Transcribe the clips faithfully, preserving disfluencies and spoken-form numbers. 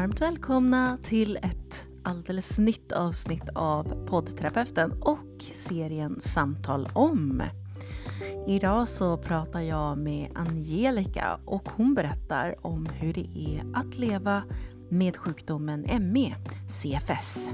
Varmt välkomna till ett alldeles nytt avsnitt av poddterapeuten och serien Samtal om. Idag så pratar jag med Angelica och hon berättar om hur det är att leva med sjukdomen M E, C F S.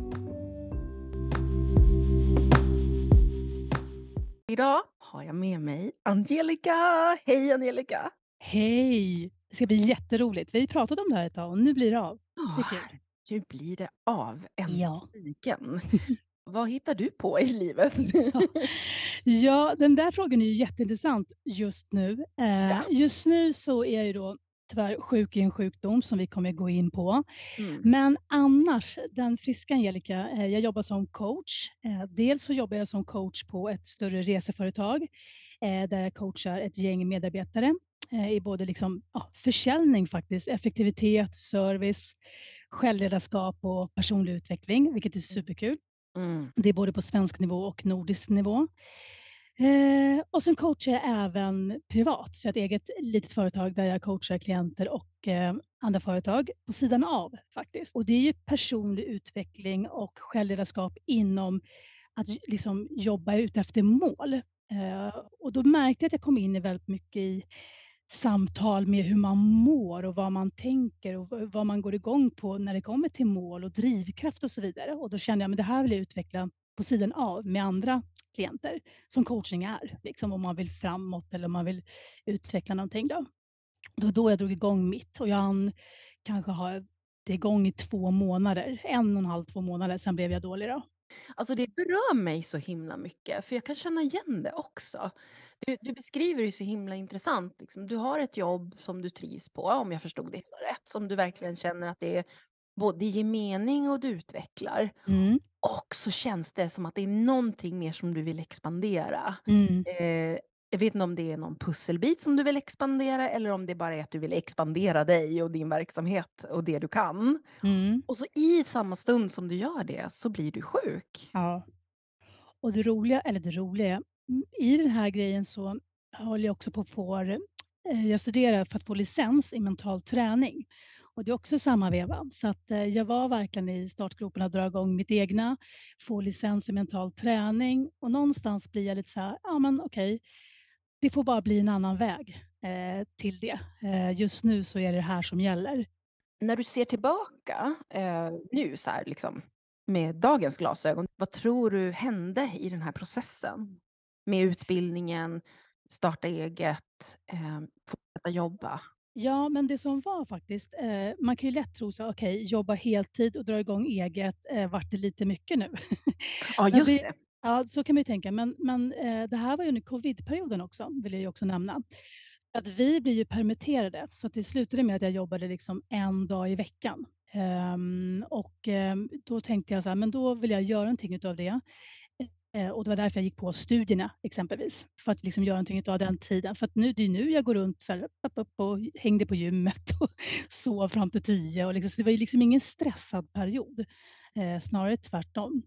Idag har jag med mig Angelica. Hej Angelica! Hej! Det ska bli jätteroligt. Vi har pratat om det här ett tag och nu blir det av. Det är Oh, kul. nu blir det av, Ja. äntligen. Vad hittar du på i livet? Ja, den där frågan är ju jätteintressant just nu. Eh, Ja. just nu så är jag ju då tyvärr sjuk i en sjukdom som vi kommer gå in på. Mm. Men annars, den friska Angelica, eh, jag jobbar som coach. Eh, dels så jobbar jag som coach på ett större reseföretag eh, där jag coachar ett gäng medarbetare eh, i både liksom, ja, försäljning faktiskt, effektivitet, service, självledarskap och personlig utveckling, vilket är superkul. Mm. Det är både på svensk nivå och nordisk nivå. Eh, och sen coachar jag även privat, så jag har ett eget litet företag där jag coachar klienter och eh, andra företag på sidan av faktiskt. Och det är ju personlig utveckling och självledarskap inom att j- liksom jobba ut efter mål. Eh, och då märkte jag att jag kom in i väldigt mycket i samtal med hur man mår och vad man tänker och v- vad man går igång på när det kommer till mål och drivkraft och så vidare. Och då kände jag att det här vill jag utveckla på sidan av med andra klienter som coaching är. Liksom om man vill framåt eller om man vill utveckla någonting. Då. Det var då jag drog igång mitt och jag hann kanske ha det igång i två månader. En och en halv, två månader. Sen blev jag dålig då. Alltså det berör mig så himla mycket, för jag kan känna igen det också. Du, du beskriver det så himla intressant. Liksom. Du har ett jobb som du trivs på, om jag förstod det hela rätt, som du verkligen känner att det är både ger mening och du utvecklar. Mm, Och så känns det som att det är någonting mer som du vill expandera. mm, Eh, jag vet inte om det är någon pusselbit som du vill expandera eller om det bara är att du vill expandera dig och din verksamhet och det du kan. mm. Och så i samma stund som du gör det så blir du sjuk. Ja. Och det roliga, eller det roliga, mm, i den här grejen så håller jag också på att få, eh, jag studerar för att få licens i mental träning. Och det är också samma veva. Så att eh, jag var verkligen i startgroparna att dra igång mitt egna, få licens i mental träning och någonstans blir jag lite så här, ja men okej, det får bara bli en annan väg eh, till det. Eh, just nu så är det det här som gäller. När du ser tillbaka eh, nu så här, liksom, med dagens glasögon, vad tror du hände i den här processen? Med utbildningen, starta eget, eh, fortsätta jobba. Ja, men det som var faktiskt, eh, man kan ju lätt tro så, okej, jobba heltid och dra igång eget, eh, vart det lite mycket nu? Ja, Men just vi det. ja, så kan man ju tänka, men men, eh, det här var ju under covidperioden också, vill jag ju också nämna. Att vi blev ju permitterade, så att det slutade med att jag jobbade liksom en dag i veckan. Ehm, och, ehm, då tänkte jag så här, men då vill jag göra någonting utav det. Eh, och det var därför jag gick på studierna exempelvis, för att liksom göra någonting av den tiden. För att nu, det är nu jag går runt så här, upp, upp och hängde på gymmet och sov fram till tio. Och liksom, så det var ju liksom ingen stressad period, eh, snarare tvärtom.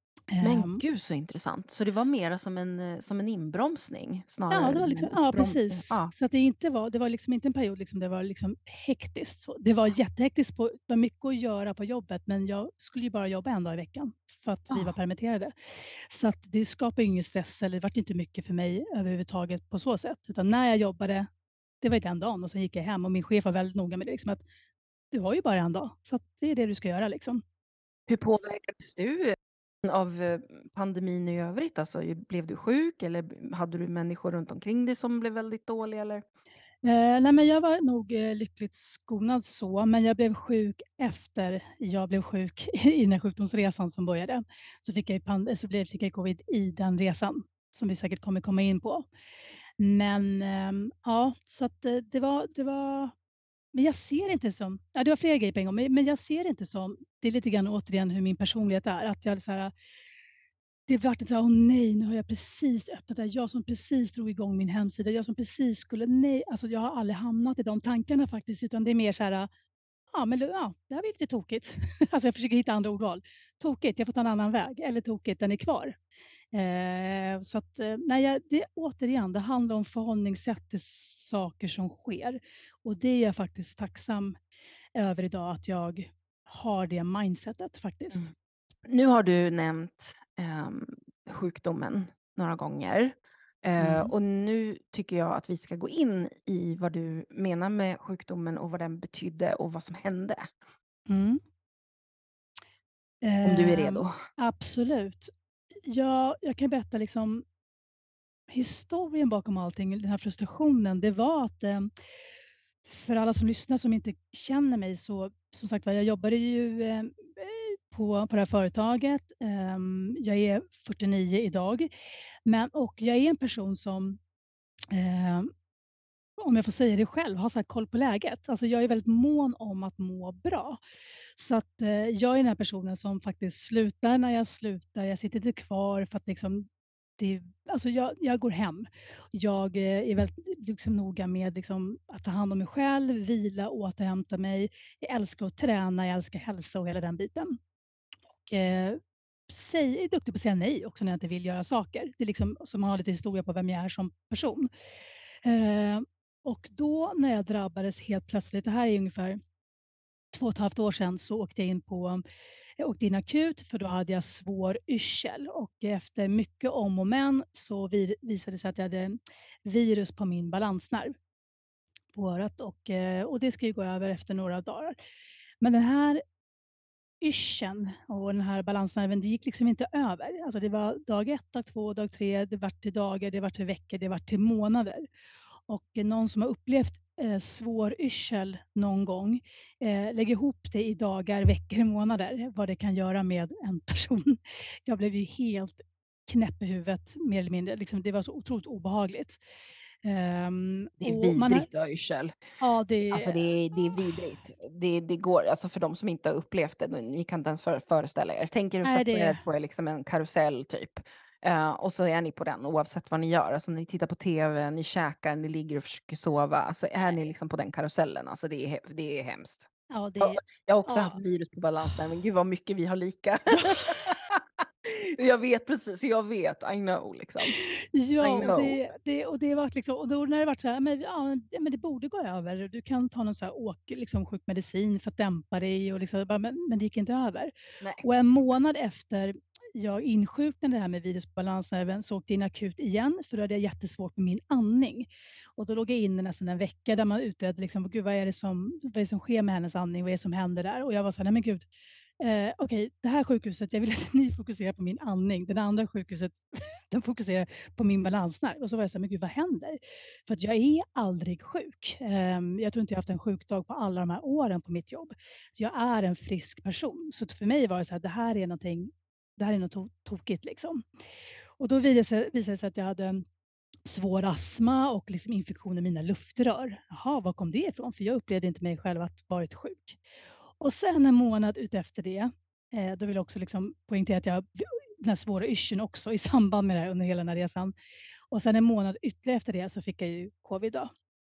Men Ehm, gud så intressant. Så det var mera som en, eh, som en inbromsning Ja, snarare det var än liksom, en ja uppbromsning. precis. Ja. Så att det inte var det var liksom inte en period liksom det var liksom hektiskt så. Det var jättehektiskt, på det var mycket att göra på jobbet, men jag skulle ju bara jobba en dag i veckan för att vi var Ja. permitterade. Så att det skapade ingen stress eller det vart inte mycket för mig överhuvudtaget på så sätt. Utan när jag jobbade, det var den dagen och sen gick jag hem och min chef var väldigt noga med det liksom att du har ju bara en dag, så att det är det du ska göra liksom. Hur påverkades du av eh, pandemin i övrigt? Alltså, blev du sjuk eller b- hade du människor runt omkring dig som blev väldigt dåliga? Eller? Eh, nej, men jag var nog eh, lyckligt skonad så, men jag blev sjuk efter jag blev sjuk i den här sjukdomsresan som började. Så fick jag, ju pan- så blev, fick jag covid i den resan, som vi säkert kommer komma in på. Men ehm, ja, så att eh, det var, det var, men jag ser inte som, ja, det var flera grejer på en gång, men, men jag ser inte som, det är lite grann återigen hur min personlighet är, att jag så här, det vart ett så här, åh nej, nu har jag precis öppnat det här. Jag som precis drog igång min hemsida. Jag som precis skulle, nej, alltså jag har aldrig hamnat i de tankarna faktiskt, utan det är mer så här, ja men ja, det här var lite tokigt. Alltså jag försöker hitta andra ordval. Tokigt, jag får ta en annan väg. Eller tokigt, den är kvar. Eh, så att, eh, nej, jag, det, återigen, det handlar om förhållningssätt till saker som sker. Och det är jag faktiskt tacksam över idag, att jag har det mindsetet faktiskt. Mm. Nu har du nämnt ehm, sjukdomen några gånger. Eh, Mm. och nu tycker jag att vi ska gå in i vad du menar med sjukdomen och vad den betydde och vad som hände. Mm. Om du är Ehm, redo. absolut. Jag jag kan berätta liksom historien bakom allting, den här frustrationen, det var att, eh, för alla som lyssnar som inte känner mig så, som sagt var, jag jobbade ju, eh, på på det här företaget. Ehm, jag är fyrtionio idag, men och jag är en person som, eh, om jag får säga det själv, har så här koll på läget. Alltså jag är väldigt mån om att må bra. Så att, eh, jag är den här personen som faktiskt slutar när jag slutar. Jag sitter inte kvar för att liksom det, alltså jag, jag går hem. Jag eh, är väldigt liksom noga med liksom att ta hand om mig själv, vila, återhämta mig. Jag älskar att träna, jag älskar hälsa och hela den biten. Och, eh, säg, är duktig på att säga nej också när jag inte vill göra saker. Det är liksom, så man har lite historia på vem jag är som person. Eh, och då när jag drabbades helt plötsligt, det här är ungefär två och ett halvt år sedan, så åkte jag in på jag åkte in akut för då hade jag svår yrsel och efter mycket om och men så vi, visade det sig att jag hade virus på min balansnerv på örat och, eh, och det ska ju gå över efter några dagar. Men den här yrseln och den här balansnerven, det gick liksom inte över. Alltså det var dag ett, dag två, dag tre, det var till dagar, det var till veckor, det var till månader. Och eh, någon som har upplevt eh, svår yrsel någon gång, eh, lägg ihop det i dagar, veckor, månader, vad det kan göra med en person. Jag blev ju helt knäpp i huvudet mer eller mindre. Liksom, det var så otroligt obehagligt. Ehm, Det är och man har, vidrigt att ha yrsel. ja, det, Alltså det är, det är vidrigt. Det, det går, alltså för de som inte har upplevt det, ni kan inte ens för, föreställa er. Tänk er att nej, sätta er det, på liksom en karusell typ. Eh, och så är ni på den oavsett vad ni gör. Alltså ni tittar på tv, ni käkar, ni ligger och försöker sova. Alltså är ni liksom på den karusellen, alltså det är, he- det är hemskt. ja, Ja, det, jag har också haft ja, virus på balansnerven. Gud vad mycket vi har lika. ja. Jag vet precis, jag vet, I know liksom. I Ja, och know. det det och det vart liksom, och då när det vart så här, men ja, det- men det borde gå över. Du kan ta någon så här åk liksom sjuk medicin för att dämpa dig och liksom, bara, men men det gick inte över. Nej. Och en månad efter jag insjuknade det här med virus på balansnerven så åkte jag in akut igen för då hade jag jättesvårt med min andning. Och då låg jag inne nästan en vecka där man utredde liksom, gud vad är det som, vad är det som sker med hennes andning, vad är det som händer där? Och jag var så här, nej men gud, eh, okej, det här sjukhuset, jag vill att ni fokuserar på min andning. Det andra sjukhuset, de fokuserar på min balansnerv. Och så var jag så här, men gud vad händer? För att jag är aldrig sjuk. Ehm, jag tror inte jag har haft en sjukdag på alla de här åren på mitt jobb. Så jag är en frisk person. Så för mig var det så här, det här är någonting, det här är något to- tokigt liksom. Och då visade det sig, visade det sig att jag hade en svår astma och liksom infektion i mina luftrör. Jaha, var kom det ifrån? För jag upplevde inte mig själv att varit sjuk. Och sen en månad utefter det, eh, då vill jag också liksom poängtera att jag den här svåra yrseln också i samband med det här under hela den här resan. Och sen en månad ytterligare efter det så fick jag ju covid då.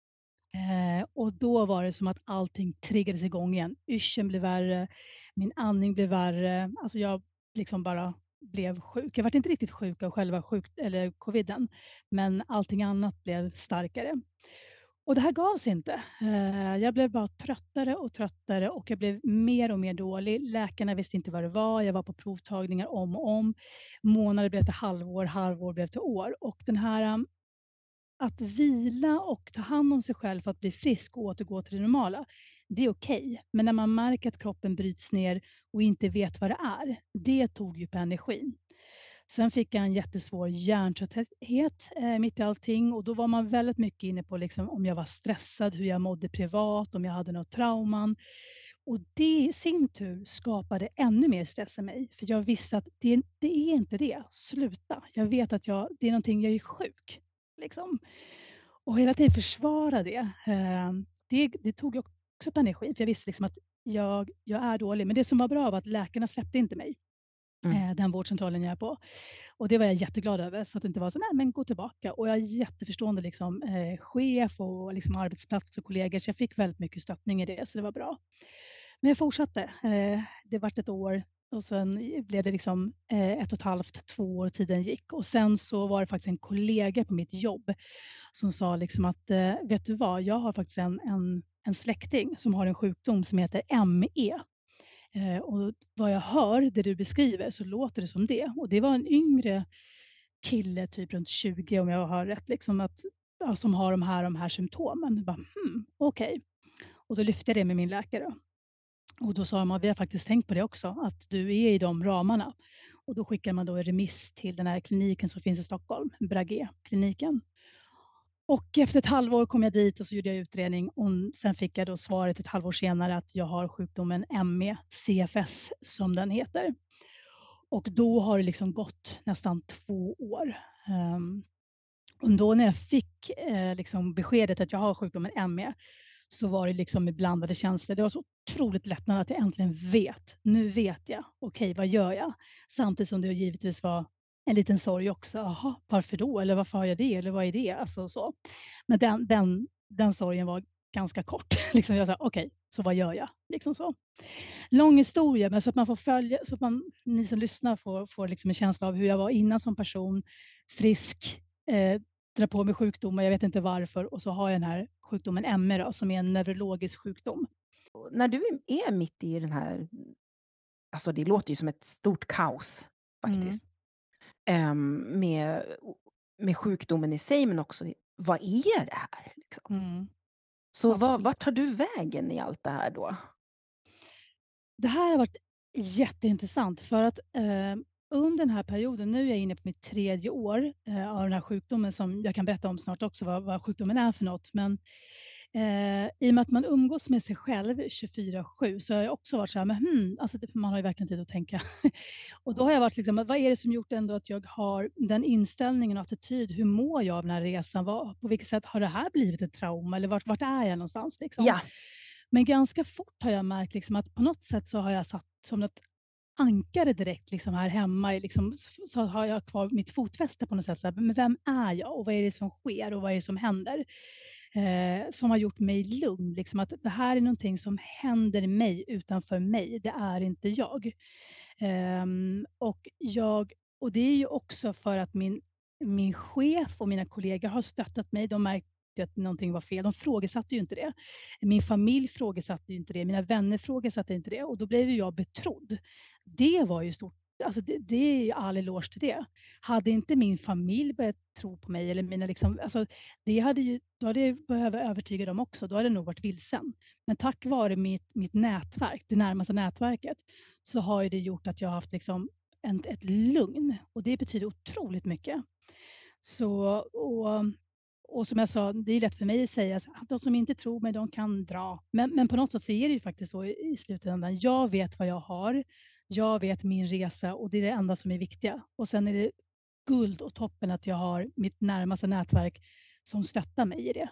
Eh, och då var det som att allting triggades igång igen. Yrseln blev värre, min andning blev värre. Alltså jag liksom bara blev sjuk. Jag var inte riktigt sjuk av själva sjuk eller coviden, men allting annat blev starkare. Och det här gav sig inte. Eh, jag blev bara tröttare och tröttare och jag blev mer och mer dålig. Läkarna visste inte vad det var. Jag var på provtagningar om och om. Månader blev till halvår, halvår blev till år. Och den här um, att vila och ta hand om sig själv för att bli frisk och återgå till det normala, det är okej. Men när man märker att kroppen bryts ner och inte vet vad det är, det tog ju på energin. Sen fick jag en jättesvår hjärntrötthet eh, mitt i allting och då var man väldigt mycket inne på liksom, om jag var stressad, hur jag mådde privat, om jag hade något trauman. Och det i sin tur skapade ännu mer stress i mig. För jag visste att det, det är inte det. Sluta. Jag vet att jag, det är någonting, jag är sjuk. Liksom. Och hela tiden försvara det. Eh, det, det tog också på energin. För jag visste liksom att jag, jag är dålig. Men det som var bra var att läkarna släppte inte mig. Mm. Eh, den vårdcentralen jag är på. Och det var jag jätteglad över, så att det inte var så, nej men gå tillbaka. Och jag är jätteförstående liksom, eh, chef och liksom arbetsplats och kollegor, så jag fick väldigt mycket stöttning i det, så det var bra. Men jag fortsatte. Eh, det vart ett år och sen blev det liksom eh, ett och ett halvt, två år, tiden gick. Och sen så var det faktiskt en kollega på mitt jobb som sa liksom att, eh, vet du vad, jag har faktiskt en, en, en släkting som har en sjukdom som heter M E. Eh, och vad jag hör, det du beskriver, så låter det som det. Och det var en yngre kille, typ runt tjugo om jag har rätt, liksom att, ja, som har de här, de här symptomen. Jag bara, hmm, okej. Och då lyfte jag det med min läkare. Och då sa de att vi har faktiskt tänkt på det också, att du är i de ramarna. Och då skickar man då en remiss till den här kliniken som finns i Stockholm, Bragé-kliniken. Och efter ett halvår kom jag dit och så gjorde jag utredning och sen fick jag då svaret ett halvår senare att jag har sjukdomen M E, C F S som den heter. Och då har det liksom gått nästan två år. Um, och då när jag fick eh, liksom beskedet att jag har sjukdomen M E så var det liksom med blandade känslor. Det var så otroligt lättnad att jag äntligen vet. Nu vet jag. Okej, vad gör jag? Samtidigt som det givetvis var en liten sorg också. Jaha, varför då? Eller varför har jag det? Eller vad är det? Alltså så. Men den, den, den sorgen var ganska kort. liksom jag sa, okej, så vad gör jag? Liksom så. Lång historia, men så att man får följa, så att man, ni som lyssnar får, får liksom en känsla av hur jag var innan som person. Frisk, eh, drar på mig sjukdomar, jag vet inte varför. Och så har jag den här sjukdomen M E då, som är en neurologisk sjukdom. Och när du är mitt i den här, alltså det låter ju som ett stort kaos Mm. faktiskt. Ehm, med, med sjukdomen i sig, men också vad är det här? Liksom? Mm. Så vad, Absolut. vart tar du vägen i allt det här då? Det här har varit jätteintressant för att eh, under den här perioden, nu är jag inne på mitt tredje år eh, av den här sjukdomen som jag kan berätta om snart också vad, vad sjukdomen är för något. Men eh, i och med att man umgås med sig själv tjugofyra sju så har jag också varit så här, men hmm, alltså det, man har ju verkligen tid att tänka. Och då har jag varit liksom, vad är det som gjort ändå att jag har den inställningen och attityd? Hur mår jag av den här resan? Vad, på vilket sätt har det här blivit ett trauma? Eller vart, vart är jag någonstans? Liksom? Ja, Men ganska fort har jag märkt liksom att på något sätt så har jag satt som ett ankare direkt liksom här hemma. Liksom, så har jag kvar mitt fotfäste på något sätt. Så här, men vem är jag och vad är det som sker och vad är det som händer? Eh, som har gjort mig lugn. Liksom, att det här är någonting som händer mig utanför mig. Det är inte jag. Eh, och, jag och det är ju också för att min, min chef och mina kollegor har stöttat mig. De märkte att någonting var fel. De frågesatte ju inte det. Min familj frågesatte ju inte det. Mina vänner frågesatte inte det. Och då blev ju jag betrodd. Det var ju stort. Alltså det, det är ju all eloge till det. Hade inte min familj börjat tro på mig eller mina liksom, alltså det hade ju, då hade jag behövt övertyga dem också. Då hade jag nog varit vilsen. Men tack vare mitt, mitt nätverk, det närmaste nätverket, så har ju det gjort att jag har haft liksom en, ett lugn. Och det betyder otroligt mycket. Så, och, och som jag sa, det är lätt för mig att säga att de som inte tror mig, de kan dra. Men, men på något sätt så är det ju faktiskt så i, i slutändan. Jag vet vad jag har. Jag vet min resa och det är det enda som är viktiga. Och sen är det guld och toppen att jag har mitt närmaste nätverk som stöttar mig i det.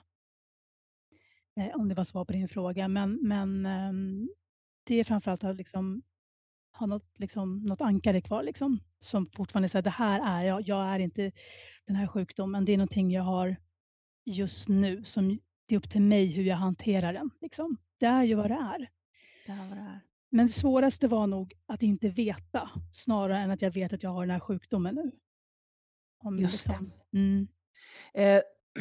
Eh, om det var svar på din fråga. Men, men ehm, det är framförallt att liksom ha något, liksom, något ankare kvar liksom, som fortfarande säger det här är jag. Jag är inte den här sjukdomen. Det är någonting jag har just nu. Som det är upp till mig hur jag hanterar den. Liksom. Det är ju vad det är. det här var det här. Men det svåraste var nog att inte veta snarare än att jag vet att jag har den här sjukdomen nu. Om Just det. liksom, mm. Eh,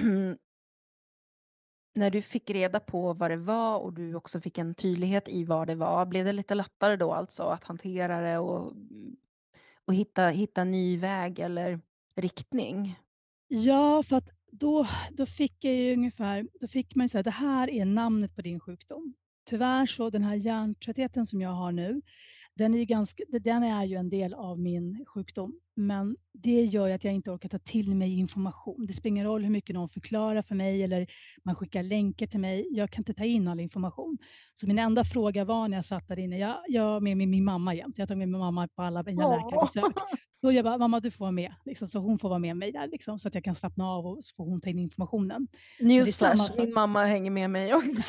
när du fick reda på vad det var och du också fick en tydlighet i vad det var, blev det lite lättare då alltså att hantera det och, och hitta, hitta en ny väg eller riktning? Ja, för att då, då fick jag ju ungefär, då fick man ju säga det här är namnet på din sjukdom. Tyvärr så den här hjärntröttheten som jag har nu, den är ju ganska, den är ju en del av min sjukdom. Men det gör ju att jag inte orkar ta till mig information. Det spelar ingen roll hur mycket någon förklarar för mig eller man skickar länkar till mig. Jag kan inte ta in all information. Så min enda fråga var när jag satt där inne, jag, jag med min, min mamma jämt. Jag tar med min mamma på alla mina Åh. läkarbesök. Så jag bara, mamma du får vara med. Liksom, så hon får vara med mig där liksom, så att jag kan slappna av och så får hon ta in informationen. Men det är samma Newsflash, sak. min mamma hänger med mig också.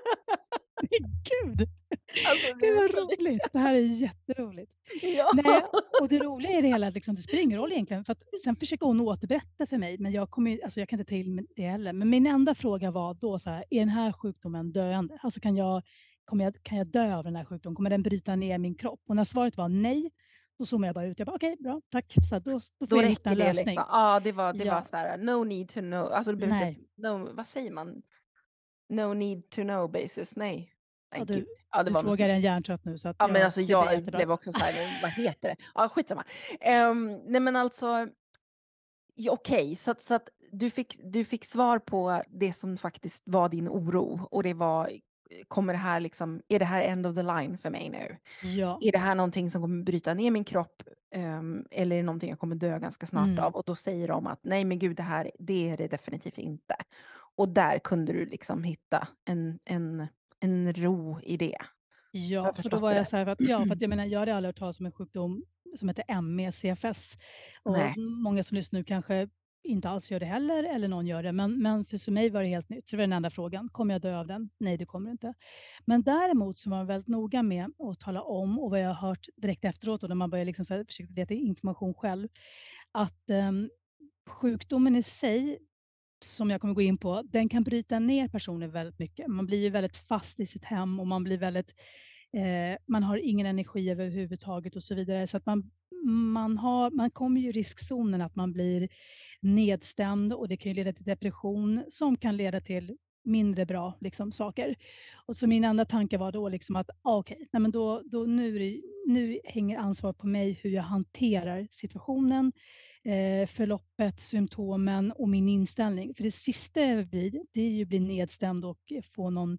Gud! Alltså, vi Gud är vad så lika. roligt. Det här är jätteroligt. Ja. Nej, och det roliga är det hela att liksom, det spelar ingen roll egentligen. För att sen försöker hon återberätta för mig, men jag, kommer, ju- alltså, jag kan inte ta till det heller. Men min enda fråga var då så här, är den här sjukdomen döende? Alltså kan jag, kommer jag, kan jag dö av den här sjukdomen? Kommer den bryta ner min kropp? Och när svaret var nej, då zoomade jag bara ut. Jag bara okej, bra, tack. Så här, då, då får Då jag hitta räcker en det lösning. liksom. Ja, det var, det var Ja, så här, no need to know. Alltså, du behöver nej. inte, no, vad säger man? No need to know basis, nej. Nej Ja, gud. du Ja, det du var något frågar sånt. en hjärntrött nu så att Ja, men ja, alltså det blir jag jättebra. blev också så här, vad heter det? Ja, skitsamma. Ehm, nej men alltså, ja, okej, så att så att du fick du fick svar på det som faktiskt var din oro och det var, kommer det här liksom, är det här end of the line för mig nu? Ja. Är det här någonting som kommer bryta ner min kropp, ehm, eller är det någonting jag kommer dö ganska snart Mm. av? Och då säger de att nej men gud, det här, det är det definitivt inte. Och där kunde du liksom hitta en en en ro i det. Har jag Ja, för då förstått var det jag rätt? så här, för att, ja, för att jag menar, jag hade aldrig hört talas om en sjukdom som heter M E C F S. Och Nej. många som lyssnar nu kanske inte alls gör det heller, eller någon gör det. Men, men för mig var det helt nytt. Så det var den enda frågan. Kommer jag dö av den? Nej, det kommer du inte. Men däremot så var jag väldigt noga med att tala om, och vad jag har hört direkt efteråt, och när man börjar liksom så här, försöka leta information själv, att um, sjukdomen i sig, som jag kommer gå in på, den kan bryta ner personer väldigt mycket. Man blir ju väldigt fast i sitt hem och man blir väldigt, eh, man har ingen energi överhuvudtaget och så vidare. Så att man, man, har, man kommer ju i riskzonen att man blir nedstämd, och det kan ju leda till depression som kan leda till mindre bra liksom, saker. Och så min enda tanke var då liksom att ah, okej, okay, nej men då, då nu, är det, nu hänger ansvaret på mig hur jag hanterar situationen, eh, förloppet, symptomen och min inställning. För det sista jag blir, det är ju att bli nedstämd och få någon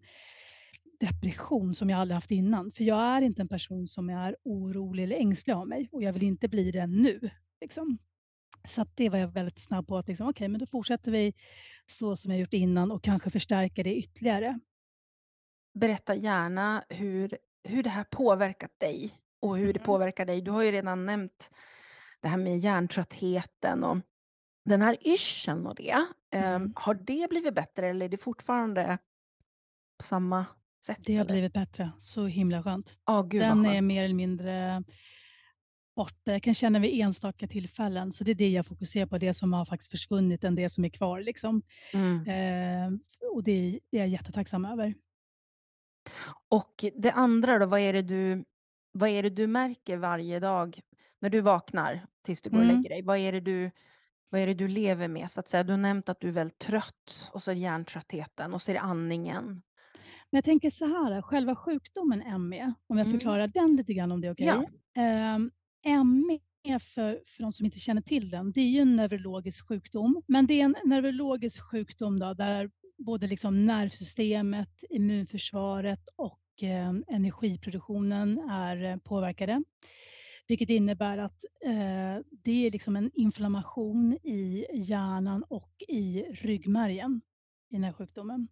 depression som jag aldrig haft innan. För jag är inte en person som är orolig eller ängslig av mig, och jag vill inte bli det nu. Liksom. Så att det var jag väldigt snabb på att liksom, okej, okay, men då fortsätter vi så som jag gjort innan och kanske förstärker det ytterligare. Berätta gärna hur, hur det här påverkat dig och hur det Mm. påverkar dig. Du har ju redan nämnt det här med hjärntröttheten och den här yrseln och det. Um, Mm. har det blivit bättre eller är det fortfarande på samma sätt? Det har Eller? blivit bättre, så himla skönt. Ja, gud vad Den är skönt. mer eller mindre borta. Jag kan känna vid enstaka tillfällen, så det är det jag fokuserar på, det som har faktiskt försvunnit än det som är kvar. Liksom. Mm. Eh, och det, det är jag jättetacksam över. Och det andra då, vad är det du, vad är det du märker varje dag när du vaknar tills du går och Mm. lägger dig? Vad är det du, vad är det du lever med så att säga? Du har nämnt att du är väldigt trött och så är det hjärntröttheten och så är det andningen. Men jag tänker så här, själva sjukdomen M E, om jag Mm. förklarar den lite grann om det är okej. Ja. Eh, M E, för, för de som inte känner till den, det är ju en neurologisk sjukdom. Men det är en neurologisk sjukdom då, där både liksom nervsystemet, immunförsvaret och eh, energiproduktionen är eh, påverkade. Vilket innebär att eh, det är liksom en inflammation i hjärnan och i ryggmärgen i den här sjukdomen.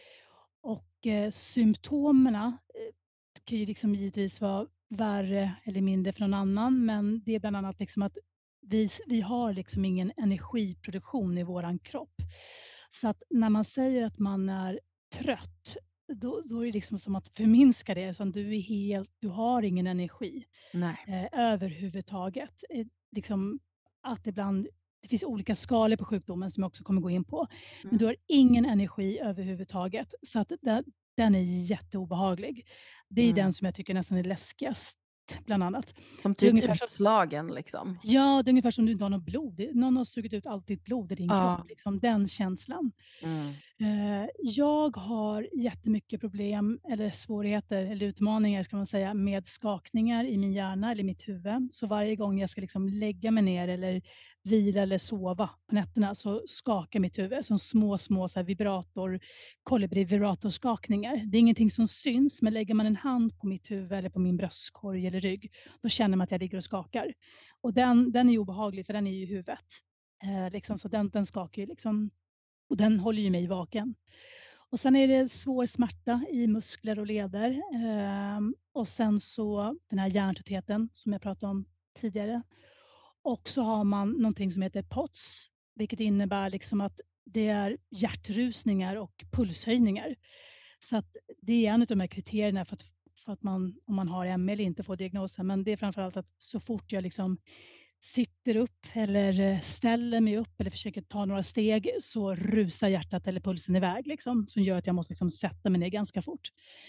Och eh, symptomen eh, kan ju liksom givetvis vara värre eller mindre för någon annan, men det är bland annat liksom att vi, vi har liksom ingen energiproduktion i våran kropp. Så att när man säger att man är trött, då, då är det liksom som att förminska det, som du är helt, du har ingen energi Nej. eh, överhuvudtaget. Eh, liksom att ibland, det finns olika skalor på sjukdomen som jag också kommer gå in på. Men du Mm. har ingen energi överhuvudtaget. Så att den, den är jätteobehaglig. Det är Mm. den som jag tycker nästan är läskigast, bland annat. Som Det är typ ungefär som, utslagen liksom. ja, det är ungefär som du inte har något blod. Det- Någon har sugit ut allt ditt blod i din kropp. Ja. Liksom, den känslan. Mm. Eh, Jag har jättemycket problem eller svårigheter eller utmaningar ska man säga med skakningar i min hjärna eller mitt huvud. Så varje gång jag ska liksom lägga mig ner eller vila eller sova på nätterna så skakar mitt huvud som små, små så här vibrator, kolibri-vibratorskakningar. Det är ingenting som syns, men lägger man en hand på mitt huvud eller på min bröstkorg eller rygg, då känner man att jag ligger och skakar. Och den, den är obehaglig för den är i huvudet. Eh, liksom, så den, den skakar ju liksom. Och den håller ju mig vaken. Och sen är det svår smärta i muskler och leder. Ehm, och sen så den här hjärntröttheten som jag pratade om tidigare. Och så har man någonting som heter P O T S, vilket innebär liksom att det är hjärtrusningar och pulshöjningar. Så att det är en av de här kriterierna för att, för att man, om man har M E eller inte, får diagnosen. Men det är framförallt att så fort jag liksom sitter upp eller ställer mig upp eller försöker ta några steg så rusar hjärtat eller pulsen iväg, liksom, som gör att jag måste liksom sätta mig ner ganska fort.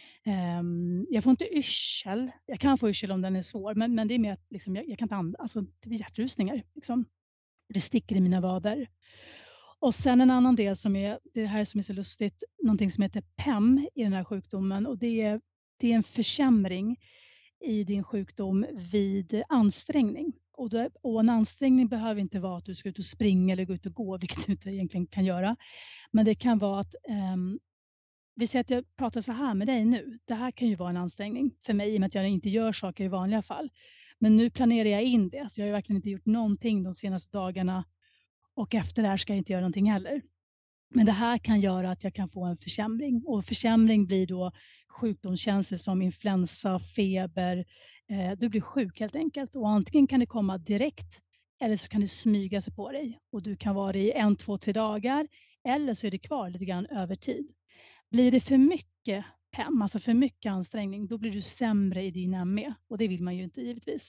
Um, jag får inte yrsel. Jag kan få yrsel om den är svår, men, men det är mer att liksom, jag, jag kan inte andas. Alltså, det blir hjärtrusningar. Liksom. Det sticker i mina vader. Och sen en annan del som är det här som är så lustigt, någonting som heter P E M i den här sjukdomen, och det är det är en försämring i din sjukdom vid ansträngning. Och, då, och en ansträngning behöver inte vara att du ska ut och springa eller gå ut och gå, vilket du inte egentligen kan göra. Men det kan vara att ehm, vi säger att jag pratar så här med dig nu. Det här kan ju vara en ansträngning för mig i och med att jag inte gör saker i vanliga fall. Men nu planerar jag in det. Så jag har ju verkligen inte gjort någonting de senaste dagarna och efter det här ska jag inte göra någonting heller. Men det här kan göra att jag kan få en försämring och försämring blir då sjukdomskänslor som influensa, feber. Eh, du blir sjuk helt enkelt och antingen kan det komma direkt eller så kan det smyga sig på dig och du kan vara det i en, två, tre dagar eller så är det kvar lite grann över tid. Blir det för mycket P E M, alltså för mycket ansträngning, då blir du sämre i din M E och det vill man ju inte givetvis.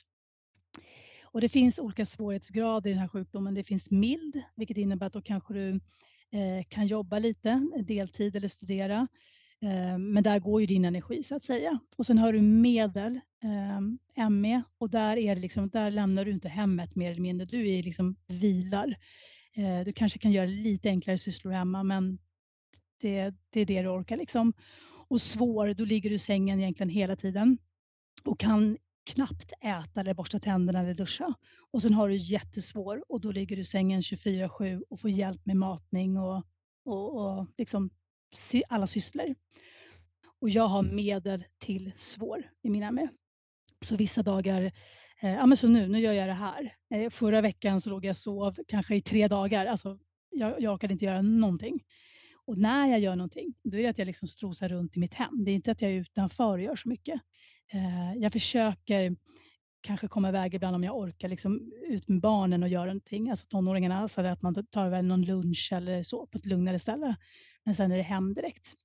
Och det finns olika svårighetsgrader i den här sjukdomen. Det finns mild, vilket innebär att då kanske du eh, kan jobba lite, deltid eller studera. Eh, men där går ju din energi så att säga. Och sen har du medel, eh, M E, och där, är det liksom, där lämnar du inte hemmet mer eller mindre. Du är liksom vilar. Eh, du kanske kan göra lite enklare sysslor hemma, men det, det är det du orkar. Liksom. Och svår, då ligger du i sängen egentligen hela tiden och kan knappt äta eller borsta tänderna eller duscha. Och sen har du jättesvår och då ligger du i sängen tjugofyra sju och får hjälp med matning och, och, och liksom alla sysslor. Och jag har medel till svår i mina med. Så vissa dagar, eh, ja men så nu, nu gör jag det här. Eh, förra veckan så låg jag och sov kanske i tre dagar. Alltså jag, jag orkade inte göra någonting. Och när jag gör någonting, då är det att jag liksom strosar runt i mitt hem. Det är inte att jag är utanför och gör så mycket. Eh, jag försöker kanske komma iväg ibland om jag orkar liksom ut med barnen och göra någonting. Alltså tonåringarna, så att man tar väl någon lunch eller så på ett lugnare ställe. Men sen är det hem direkt.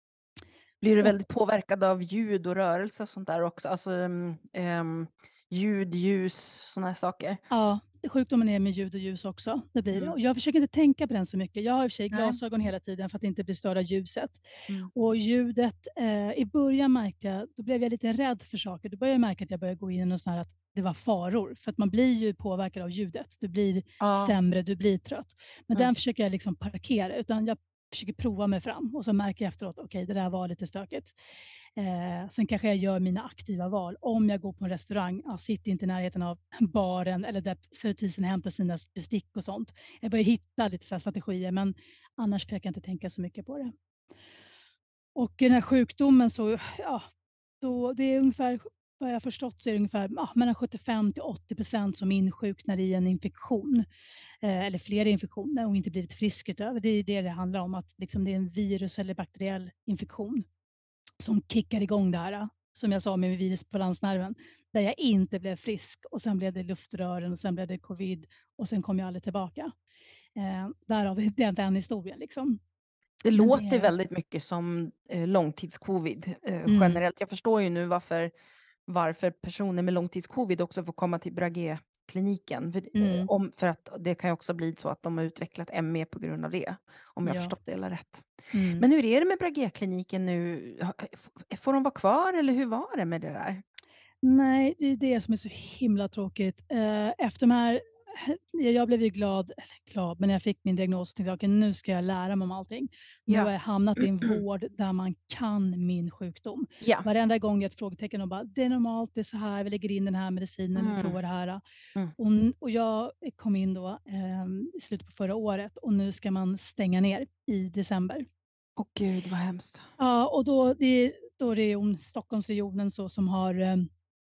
Blir du Och, väldigt påverkad av ljud och rörelse och sånt där också? Alltså um, um, ljud, ljus, såna här saker? ja, sjukdomen är med ljud och ljus också. Det blir det. Mm. Och jag försöker inte tänka på den så mycket. Jag har i och för sig Nej. glasögon hela tiden för att inte bli störd av ljuset. Mm. Och ljudet, eh, i början märkte jag, då blev jag lite rädd för saker. Då började jag märka att jag började gå in i något sånt här att det var faror. För att man blir ju påverkad av ljudet. Du blir Ja. sämre, du blir trött. Men Mm. den försöker jag liksom parkera. Utan jag försöker prova mig fram och så märker jag efteråt, okej, okay, det där var lite stökigt. Eh, sen kanske jag gör mina aktiva val. Om jag går på en restaurang, ja, sitter inte i närheten av baren eller där servitrisen hämtar sina bestick och sånt. Jag börjar hitta lite så här strategier, men annars försöker jag inte tänka så mycket på det. Och den här sjukdomen så, ja, då, det är ungefär, vad jag har förstått så är det ungefär ja, mellan sjuttiofem till åttio procent som insjuknar i en infektion. Eh, eller flera infektioner och inte blivit frisk utöver. Det är det det handlar om, att liksom det är en virus eller bakteriell infektion som kickar igång det här. Som jag sa med virus på balansnerven. Där jag inte blev frisk och sen blev det luftrören och sen blev det covid och sen kom jag aldrig tillbaka. Eh, därav den, den historien liksom. Det Men låter det, väldigt mycket som eh, långtidscovid eh, Mm. generellt. Jag förstår ju nu varför, varför personer med långtidscovid också får komma till Bragé-kliniken. För, eh, Mm. om, för att det kan ju också bli så att de har utvecklat M E på grund av det. Om jag Ja. förstått det eller rätt. Mm. Men hur är det med Bragé-kliniken nu? F- Får de vara kvar eller hur var det med det där? Nej, det är det som är så himla tråkigt. Eh, Efter de här, jag blev ju glad, eller glad, men när jag fick min diagnos och tänkte okej, nu ska jag lära mig om allting. Nu Ja. har jag hamnat i en vård där man kan min sjukdom. Ja. Varenda gång jag ett frågetecken och bara, det är normalt, det är så här, vi lägger in den här medicinen, vi Mm. provar det här. Mm. Och, och jag kom in då eh, i slutet på förra året och nu ska man stänga ner i december. Åh gud, vad hemskt. Ja, och då, det, då är det ju Stockholmsregionen så som har eh,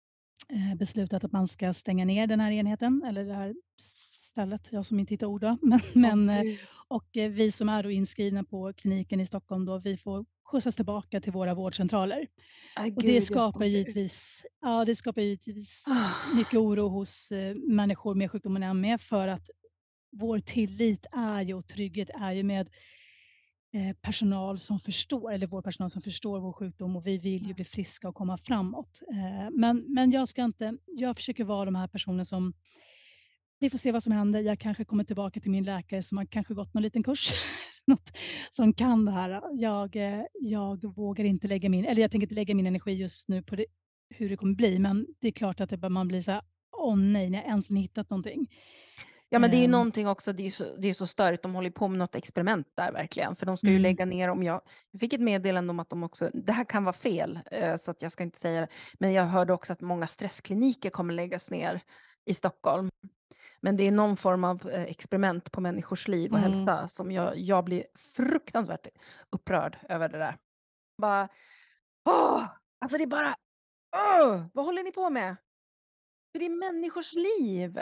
beslutat att man ska stänga ner den här enheten eller det här stället, jag som inte hittar ord då. Men, men, Åh, eh, gud. och eh, vi som är då inskrivna på kliniken i Stockholm då, vi får skjutsas tillbaka till våra vårdcentraler. Aj, Och gud, det jag skapar står ut. givetvis, ja, det skapar givetvis Ah. mycket oro hos eh, människor med sjukdomen M E för att vår tillit är ju och trygghet är ju med eh, personal som förstår, eller vår personal som förstår vår sjukdom och vi vill ju bli friska och komma framåt. Eh, men, men jag ska inte, jag försöker vara de här personerna som, vi får se vad som händer. Jag kanske kommer tillbaka till min läkare som har kanske gått någon liten kurs något som kan det här. Jag, eh, jag vågar inte lägga min, eller jag tänker inte lägga min energi just nu på det, hur det kommer bli, men det är klart att det, man blir så här, åh nej, när jag äntligen hittat någonting. Ja, men det är ju Ehm, någonting också, det är så, det är så störigt. De håller ju på med något experiment där verkligen. För de ska ju mm, lägga ner, om jag, jag fick ett meddelande om att de också, det här kan vara fel, eh, så att jag ska inte säga det. Men jag hörde också att många stresskliniker kommer läggas ner i Stockholm. Men det är någon form av eh, experiment på människors liv och mm. hälsa som jag, jag blir fruktansvärt upprörd över det där. Bara, åh! Alltså det är bara, åh! Vad håller ni på med? För det är människors liv.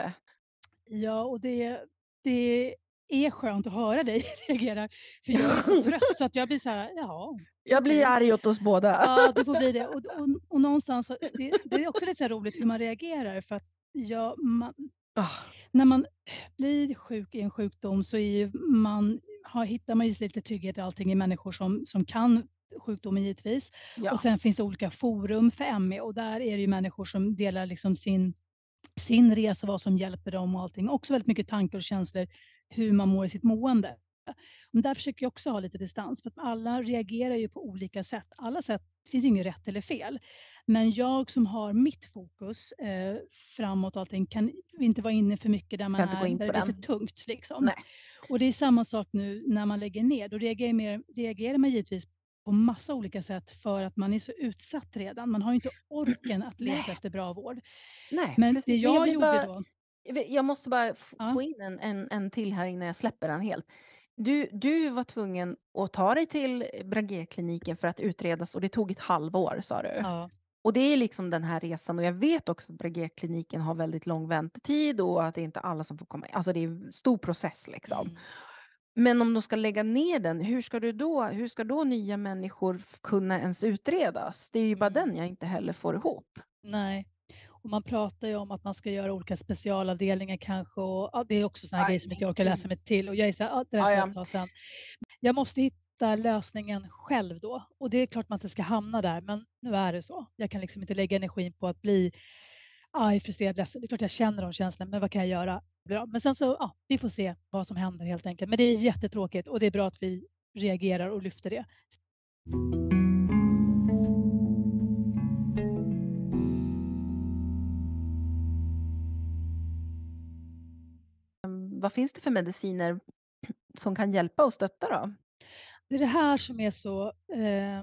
Ja, och det det är skönt att höra dig reagera, för jag är så trött så att jag blir så här: "Jaha, Jag blir okej." arg åt oss båda. Ja, det får bli det. Och och och någonstans så det det är också lite så här roligt hur man reagerar för att ja, man Ah, när man blir sjuk i en sjukdom så är ju man har hittar man ju lite trygghet i allting i människor som som kan sjukdomen givetvis. Och ja. sen finns det olika forum för M E och där är det ju människor som delar liksom sin sin resa, vad som hjälper dem och allting. Också väldigt mycket tankar och känslor hur man mår i sitt mående. Men där försöker jag också ha lite distans för att alla reagerar ju på olika sätt. Alla sätt, det finns inget rätt eller fel. Men jag som har mitt fokus eh, framåt och allting kan inte vara inne för mycket där man Kan inte gå är, in där på det blir för den. tungt. Liksom. Nej. Och det är samma sak nu när man lägger ner. Då reagerar, mer, reagerar man givetvis på massa olika sätt för att man är så utsatt redan. Man har ju inte orken att leta Nej, efter bra vård. nej, Men det precis. Men jag jag blir gjorde bara, då jag vet- jag måste bara f- ja, få in en, en, en till här innan jag släpper den helt. Du, du var tvungen att ta dig till Bragé-kliniken för att utredas och det tog ett halvår, sa du. ja, Och det är liksom den här resan och jag vet också att Bragé-kliniken har väldigt lång väntetid och att det är inte alla som får komma in. Alltså det är en stor process liksom. mm, Men om de ska lägga ner den, hur ska du då, hur ska då nya människor f- kunna ens utredas? Det är ju bara mm, den jag inte heller får ihop. nej. Och man pratar ju om att man ska göra olika specialavdelningar kanske och ja, det är också såna här grejer Aj, som inte men jag orkar läsa gud. mig till och jag är så här, ja, det där Ja, får ja. jag ta sen. Jag måste hitta lösningen själv då och det är klart man inte ska hamna där, men nu är det så. Jag kan liksom inte lägga energin på att bli arg, frustrerad, ledsen. Det är klart jag känner de känslorna, men vad kan jag göra? Bra. Men sen så, ja, vi får se vad som händer helt enkelt. Men det är jättetråkigt och det är bra att vi reagerar och lyfter det. Vad finns det för mediciner som kan hjälpa och stötta då? Det är det här som är så eh,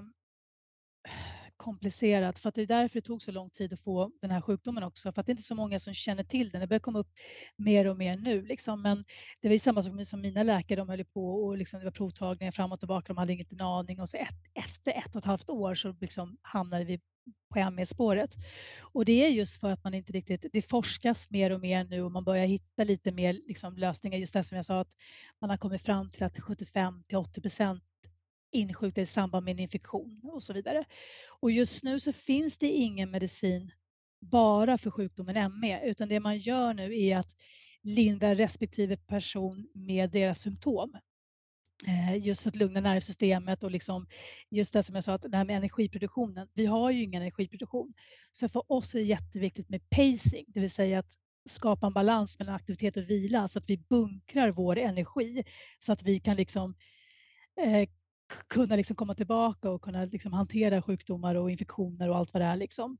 komplicerat för att det är därför det tog så lång tid att få den här sjukdomen också. För att det är inte så många som känner till den. Det börjar komma upp mer och mer nu. Liksom. Men det var ju samma sak som mina läkare. De höll på och liksom, det var provtagningar fram och tillbaka. De hade inte en aning. Och så ett, efter ett och ett halvt år så liksom hamnade vi på M E-spåret. Och det är just för att man inte riktigt, det forskas mer och mer nu och man börjar hitta lite mer liksom, lösningar. Just det som jag sa att man har kommit fram till att sjuttiofem till åttio procent insjuknade i samband med en infektion och så vidare. Och just nu så finns det ingen medicin bara för sjukdomen M E, utan det man gör nu är att lindra respektive person med deras symptom. Eh, just för att lugna nervsystemet och liksom just det som jag sa, att det här med energiproduktionen. Vi har ju ingen energiproduktion. Så för oss är det jätteviktigt med pacing, det vill säga att skapa en balans mellan aktivitet och vila så att vi bunkrar vår energi så att vi kan liksom eh, kunna liksom komma tillbaka och kunna liksom hantera sjukdomar och infektioner och allt vad det är. Liksom.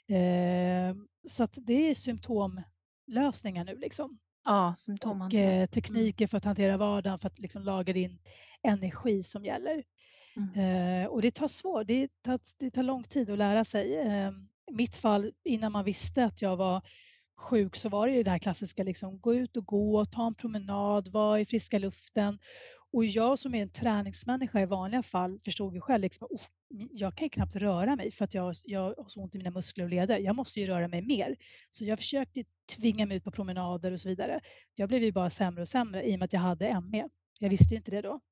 Eh, så att det är symptomlösningar nu. Liksom. Ja, Och symptomhantering. eh, Mm. tekniker för att hantera vardagen, för att liksom lagra din energi som gäller. Mm. Eh, och det tar svårt, det tar, det tar lång tid att lära sig. Eh, I mitt fall, innan man visste att jag var sjuk så var det ju det här klassiska, liksom, gå ut och gå, ta en promenad, vara i friska luften. Och jag som är en träningsmänniska i vanliga fall förstod ju själv liksom, oh, jag kan ju knappt röra mig för att jag, jag har så ont i mina muskler och leder. Jag måste ju röra mig mer. Så jag försökte tvinga mig ut på promenader och så vidare. Jag blev ju bara sämre och sämre i och med att jag hade M E. Jag visste ju inte det då.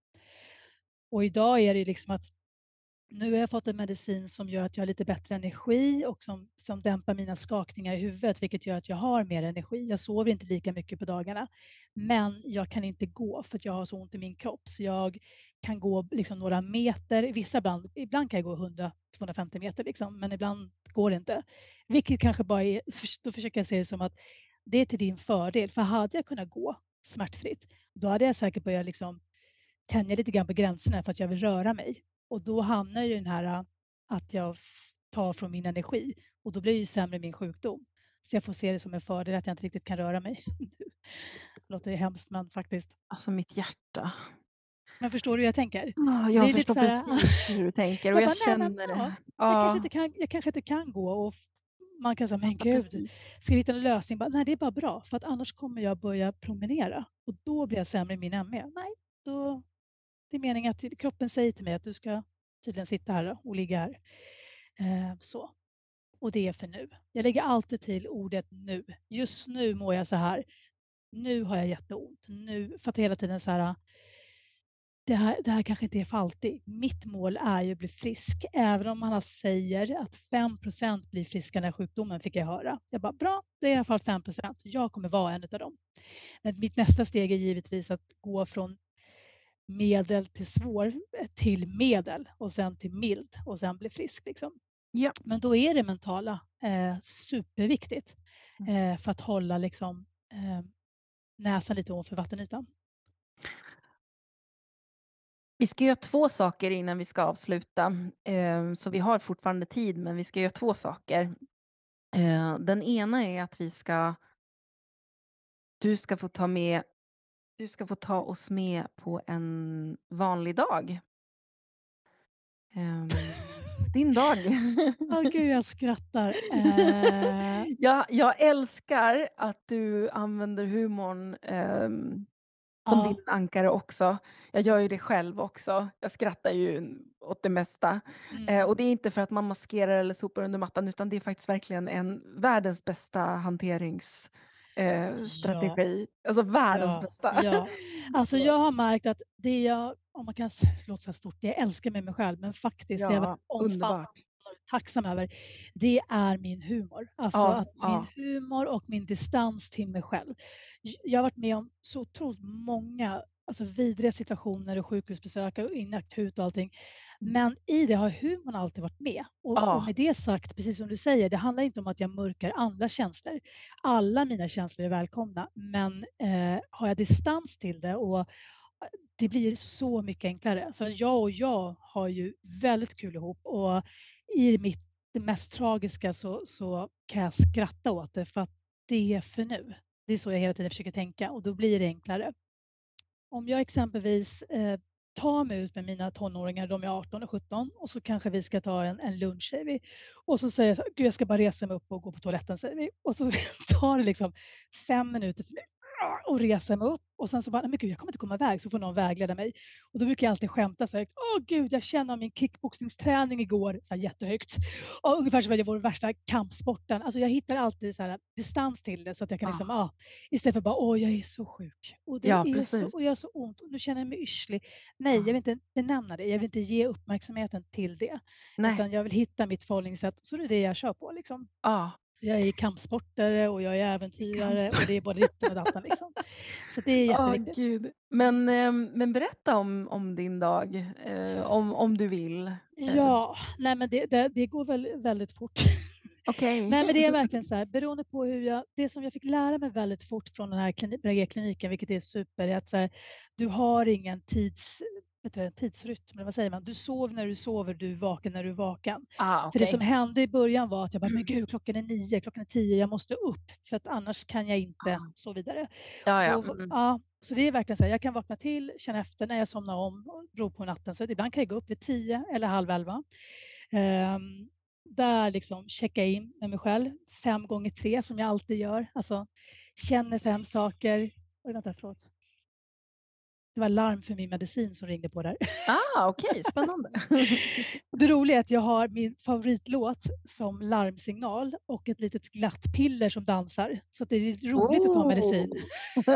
Och idag är det liksom att nu har jag fått en medicin som gör att jag har lite bättre energi och som, som dämpar mina skakningar i huvudet, vilket gör att jag har mer energi. Jag sover inte lika mycket på dagarna, men jag kan inte gå för att jag har så ont i min kropp. Så jag kan gå liksom några meter, vissa ibland, ibland kan jag gå hundra till tvåhundrafemtio meter, liksom, men ibland går det inte. Vilket kanske bara är, då försöker jag se det som att det är till din fördel. För hade jag kunnat gå smärtfritt, då hade jag säkert börjat liksom tänja lite grann på gränserna för att jag vill röra mig. Och då hamnar ju den här äh, att jag tar från min energi och då blir det ju sämre min sjukdom. Så jag får se det som en fördel att jag inte riktigt kan röra mig. Det låter ju hemskt, men faktiskt. Alltså mitt hjärta. Men förstår du hur jag tänker? Ah, Så det jag är lite förstår så här, precis hur du tänker och jag jag bara: "Nej, men känner ja, det. jag kanske Ja, inte kan jag kanske inte kan gå", och f man kan säga: jag "Men fattar gud, precis. ska vi hitta en lösning?" Bara: "Nej, det är bara bra, för att annars kommer jag börja promenera och då blir jag sämre i min M E." Nej, då det är meningen att kroppen säger till mig att du ska tydligen sitta här och ligga här. Eh, så. Och det är för nu. Jag lägger alltid till ordet nu. Just nu mår jag så här. Nu har jag jätteont. Nu, för att hela tiden så här, det här, det här kanske inte är för alltid. Mitt mål är ju att bli frisk. Även om man säger att fem procent blir friska när sjukdomen, fick jag höra. Jag bara, bra, det är i alla fall fem procent. Jag kommer vara en av dem. Men mitt nästa steg är givetvis att gå från medel till svår till medel och sen till mild och sen bli frisk. Liksom. Ja. Men då är det mentala eh, superviktigt Mm. eh, för att hålla liksom, eh, näsan lite ovanför vattenytan. Vi ska göra två saker innan vi ska avsluta. Eh, så vi har fortfarande tid, men vi ska göra två saker. Eh, den ena är att vi ska du ska få ta med du ska få ta oss med på en vanlig dag. Ehm, din dag. Åh gud, jag skrattar. Eh, Jag jag älskar att du använder humorn, ehm, som din ja. ankare också. Jag gör ju det själv också. Jag skrattar ju åt det mesta. Eh, Mm. och det är inte för att man maskerar eller sopar under mattan, utan det är faktiskt verkligen en världens bästa hanterings eh, Ja. strategi. Alltså världens Ja, bästa. ja. Alltså Så, jag har märkt att det jag, om man kan s låta så här stort, det jag älskar med mig själv, men faktiskt det jag ja, verkligen omfamnar underbart. och är tacksam över, det är min humor. Alltså Ja, att min ja. humor och min distans till mig själv. J Jag har varit med om så otroligt många, alltså vidriga situationer och sjukhusbesök och inakut och allting. Men i det har humorn alltid varit med. Och, och Ja, med det sagt, precis som du säger, det handlar inte om att jag mörkar andra känslor. Alla mina känslor är välkomna, men eh, har jag distans till det och det blir så mycket enklare. Så jag och jag har ju väldigt kul ihop och i mitt det mest tragiska så, så kan jag skratta åt det för att det är för nu. Det är så jag hela tiden försöker tänka och då blir det enklare. Om jag exempelvis eh, tar mig ut med mina tonåringar, de är arton och sjutton, och så kanske vi ska ta en, en lunch, säger vi. Och så säger jag så här, gud jag ska bara resa mig upp och gå på toaletten, säger vi. Och så tar det liksom fem minuter för mig och resa mig upp och sen så bara, nej men gud jag kommer inte komma iväg, så får någon vägleda mig. Och då brukar jag alltid skämta så här, åh gud jag känner min kickboxingsträning igår, så här jättehögt. Och ungefär som att jag vore värsta kampsporten. Alltså jag hittar alltid så här distans till det så att jag kan liksom, ja, ah, istället för bara, åh jag är så sjuk och det ja, är så, precis. och jag har så ont och nu känner jag mig yrslig. Nej, jag Ja. vill inte benämna det. Jag vill inte ge uppmärksamheten till det, Nej, utan jag vill hitta mitt förhållningssätt. Så det är det jag kör på liksom. ja, Så jag är kampsportare och jag är det äventyrare kan och det är både ditten och datten liksom. Så det är Åh jätteviktigt. gud. Men, ehm, men berätta om om din dag, eh, om om du vill. Eh, Ja, nej men det, det, det går väl väldigt fort. Okej. Nej men det är verkligen så här, beroende på hur jag, det som jag fick lära mig väldigt fort från den här klini- Bragia-kliniken, vilket är super, är att så här, du har ingen tids, vet du, tidsrytm, eller vad säger man? Du sover när du sover, du är vaken när du är vaken. Ah, För det som okej. hände i början var att jag bara, men gud klockan är nio, klockan är tio, jag måste upp för att annars kan jag inte, Ah. så vidare. Ja, ja. Då, Mm. ja, så det är verkligen så här, jag kan vakna till, känna efter när jag somnar om, beror på natten. Så ibland kan jag gå upp vid tio eller halv elva. Um, där liksom checka in med mig själv, fem gånger tre som jag alltid gör. Alltså känner fem saker. Oj, vänta, förlåt. Det var larm för min medicin som ringde på där. Ah, okej, spännande. Det roliga är att jag har min favoritlåt som larmsignal och ett litet glatt piller som dansar. Så det är roligt att ta medicin. Oh.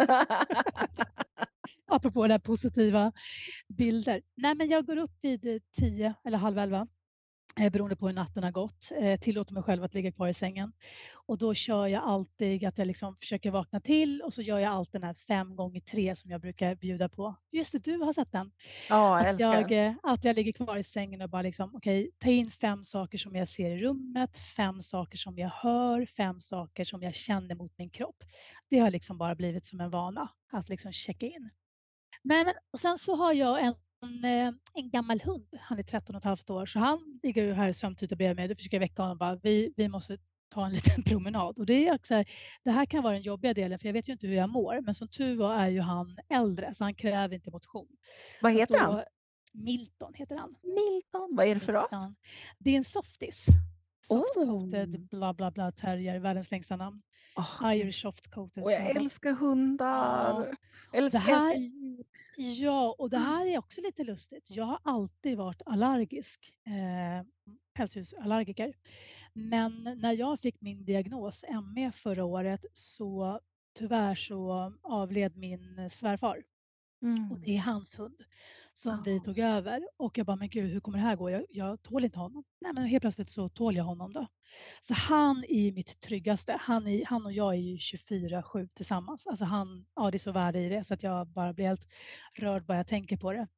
Apropå det här positiva bilder. Nej, men jag går upp vid eh, tio eller halv elva. eh, Beroende på hur natten har gått. Eh, tillåter mig själv att ligga kvar i sängen. Och då kör jag alltid att jag liksom försöker vakna till och så gör jag alltid den här fem gånger tre som jag brukar bjuda på. Just det, du har sett den. Ja, jag Att jag, älskar. eh, att jag ligger kvar i sängen och bara liksom, okej, ta in fem saker som jag ser i rummet, fem saker som jag hör, fem saker som jag känner mot min kropp. Det har liksom bara blivit som en vana att liksom checka in. Nej, men och sen så har jag en, eh, en gammal hund. Han är tretton och ett halvt år, så han ligger här sömntuta bredvid mig. Då försöker jag väcka honom och bara, vi, vi måste ta en liten promenad. Och det är också, det här kan vara den jobbiga delen, för jag vet ju inte hur jag mår. Men som tur var är ju han äldre, så han kräver inte motion. Vad Så att heter han? då, Milton heter han. Milton. Vad är det för ras? Milton. Det är en softis. Soft-coated Oh. bla bla bla terrier, världens längsta namn. Åh, gud. Irish soft-coated Och jag bla bla. älskar Ja, hundar. det Älskar, älskar här, djur. ja, och det här är också lite lustigt. Jag har alltid varit allergisk, eh, pälsdjursallergiker. Men när jag fick min diagnos M E förra året så tyvärr så avled min svärfar. Och Mm. det är hans hund som vi Oh. tog över. Och jag bara, men gud, hur kommer det här gå? Jag, jag tål inte honom. Nej, men helt plötsligt så tål jag honom då. Så han är mitt tryggaste. Han, är, han och jag är ju tjugofyra sju tillsammans. Alltså han, ja det är så värde i det så att jag bara blir helt rörd bara jag tänker på det.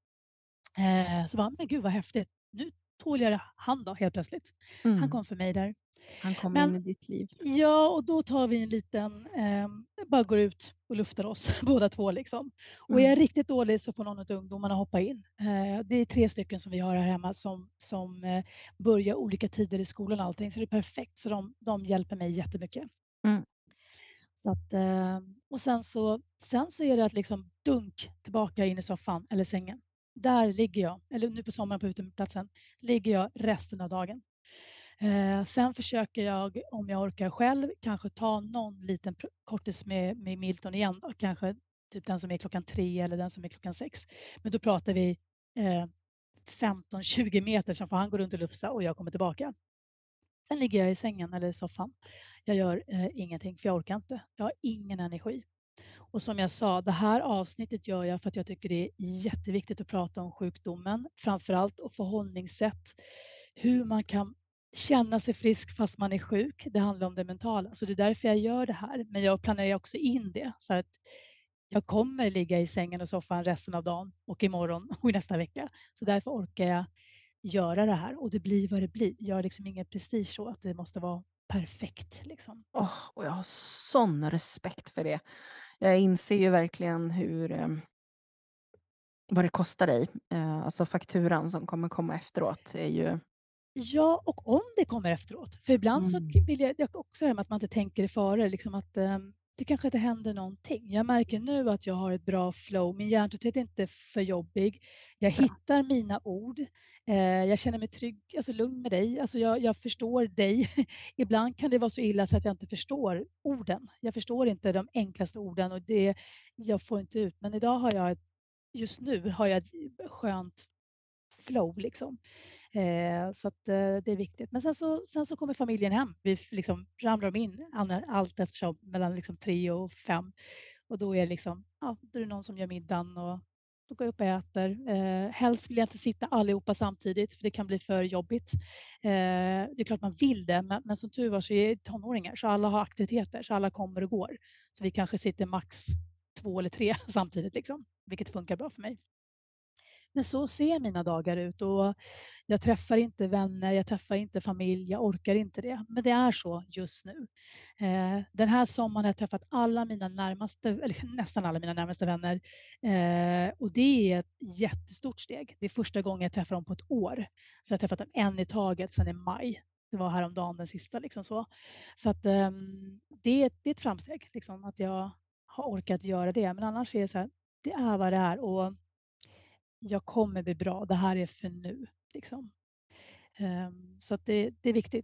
Eh, så bara, men gud vad häftigt. Nu tål jag han då helt plötsligt. Han Mm. kom för mig där. Han kom in Men i ditt liv. ja, och då tar vi en liten, eh, bara går ut och luftar oss båda två liksom. Och är Mm. jag riktigt dålig så får någon av ungdomarna hoppa in. Eh, det är tre stycken som vi har här hemma som, som eh, börjar olika tider i skolan och allting. Så det är perfekt. Så de, de hjälper mig jättemycket. Mm. Så att, eh, och sen så, sen så är det att liksom dunk tillbaka in i soffan eller sängen. Där ligger jag, eller nu på sommaren på uteplatsen, ligger jag resten av dagen. Eh, sen försöker jag, om jag orkar själv, kanske ta någon liten kortis med, med Milton igen. Då. Kanske typ den som är klockan tre eller den som är klockan sex. Men då pratar vi eh, femton tjugo meter, så får han gå runt och lufsa och jag kommer tillbaka. Sen ligger jag i sängen eller i soffan. Jag gör eh, ingenting för jag orkar inte. Jag har ingen energi. Och som jag sa, det här avsnittet gör jag för att jag tycker det är jätteviktigt att prata om sjukdomen. Framförallt och förhållningssätt. Hur man kan känna sig frisk fast man är sjuk. Det handlar om det mentala. Så det är därför jag gör det här. Men jag planerar också in det. Så att jag kommer ligga i sängen och soffan resten av dagen och imorgon och i nästa vecka. Så därför orkar jag göra det här. Och det blir vad det blir. Jag har liksom ingen prestige så att det måste vara perfekt. Liksom. Oh, och jag har sån respekt för det. Jag inser ju verkligen hur eh, vad det kostar dig. Eh, alltså fakturan som kommer komma efteråt är ju... Ja, och om det kommer efteråt. För ibland så Mm. vill jag, jag också det med att man inte tänker i före, liksom att eh, det kanske inte händer någonting. Jag märker nu att jag har ett bra flow. Min hjärntrötthet är inte för jobbig. Jag Bra. hittar mina ord. Eh, jag känner mig trygg, alltså lugn med dig. Alltså jag, jag förstår dig. Ibland kan det vara så illa så att jag inte förstår orden. Jag förstår inte de enklaste orden och det jag får inte ut. Men idag har jag, just nu har jag ett skönt flow liksom. Eh, så att, eh, det är viktigt. Men sen så, sen så kommer familjen hem. Vi liksom ramlar de in allt eftersom mellan liksom tre och fem. Och då är det liksom, ja, då är det någon som gör middagen och då går jag upp och äter. Eh, helst vill jag inte sitta allihopa samtidigt för det kan bli för jobbigt. Eh, det är klart man vill det, men, men som tur var så är det tonåringar så alla har aktiviteter så alla kommer och går. Så vi kanske sitter max två eller tre samtidigt liksom, vilket funkar bra för mig. Men så ser mina dagar ut och jag träffar inte vänner, jag träffar inte familj, jag orkar inte det. Men det är så just nu. Eh, den här sommaren har jag träffat alla mina närmaste, eller nästan alla mina närmaste vänner. Eh, och det är ett jättestort steg. Det är första gången jag träffar dem på ett år. Så jag har träffat dem en i taget sedan i maj. Det var häromdagen den sista. Liksom så så att, eh, det, är, det är ett framsteg liksom, att jag har orkat göra det. Men annars är det så här, det är vad det är. Och jag kommer bli bra, det här är för nu. Liksom. Um, så att det, det är viktigt.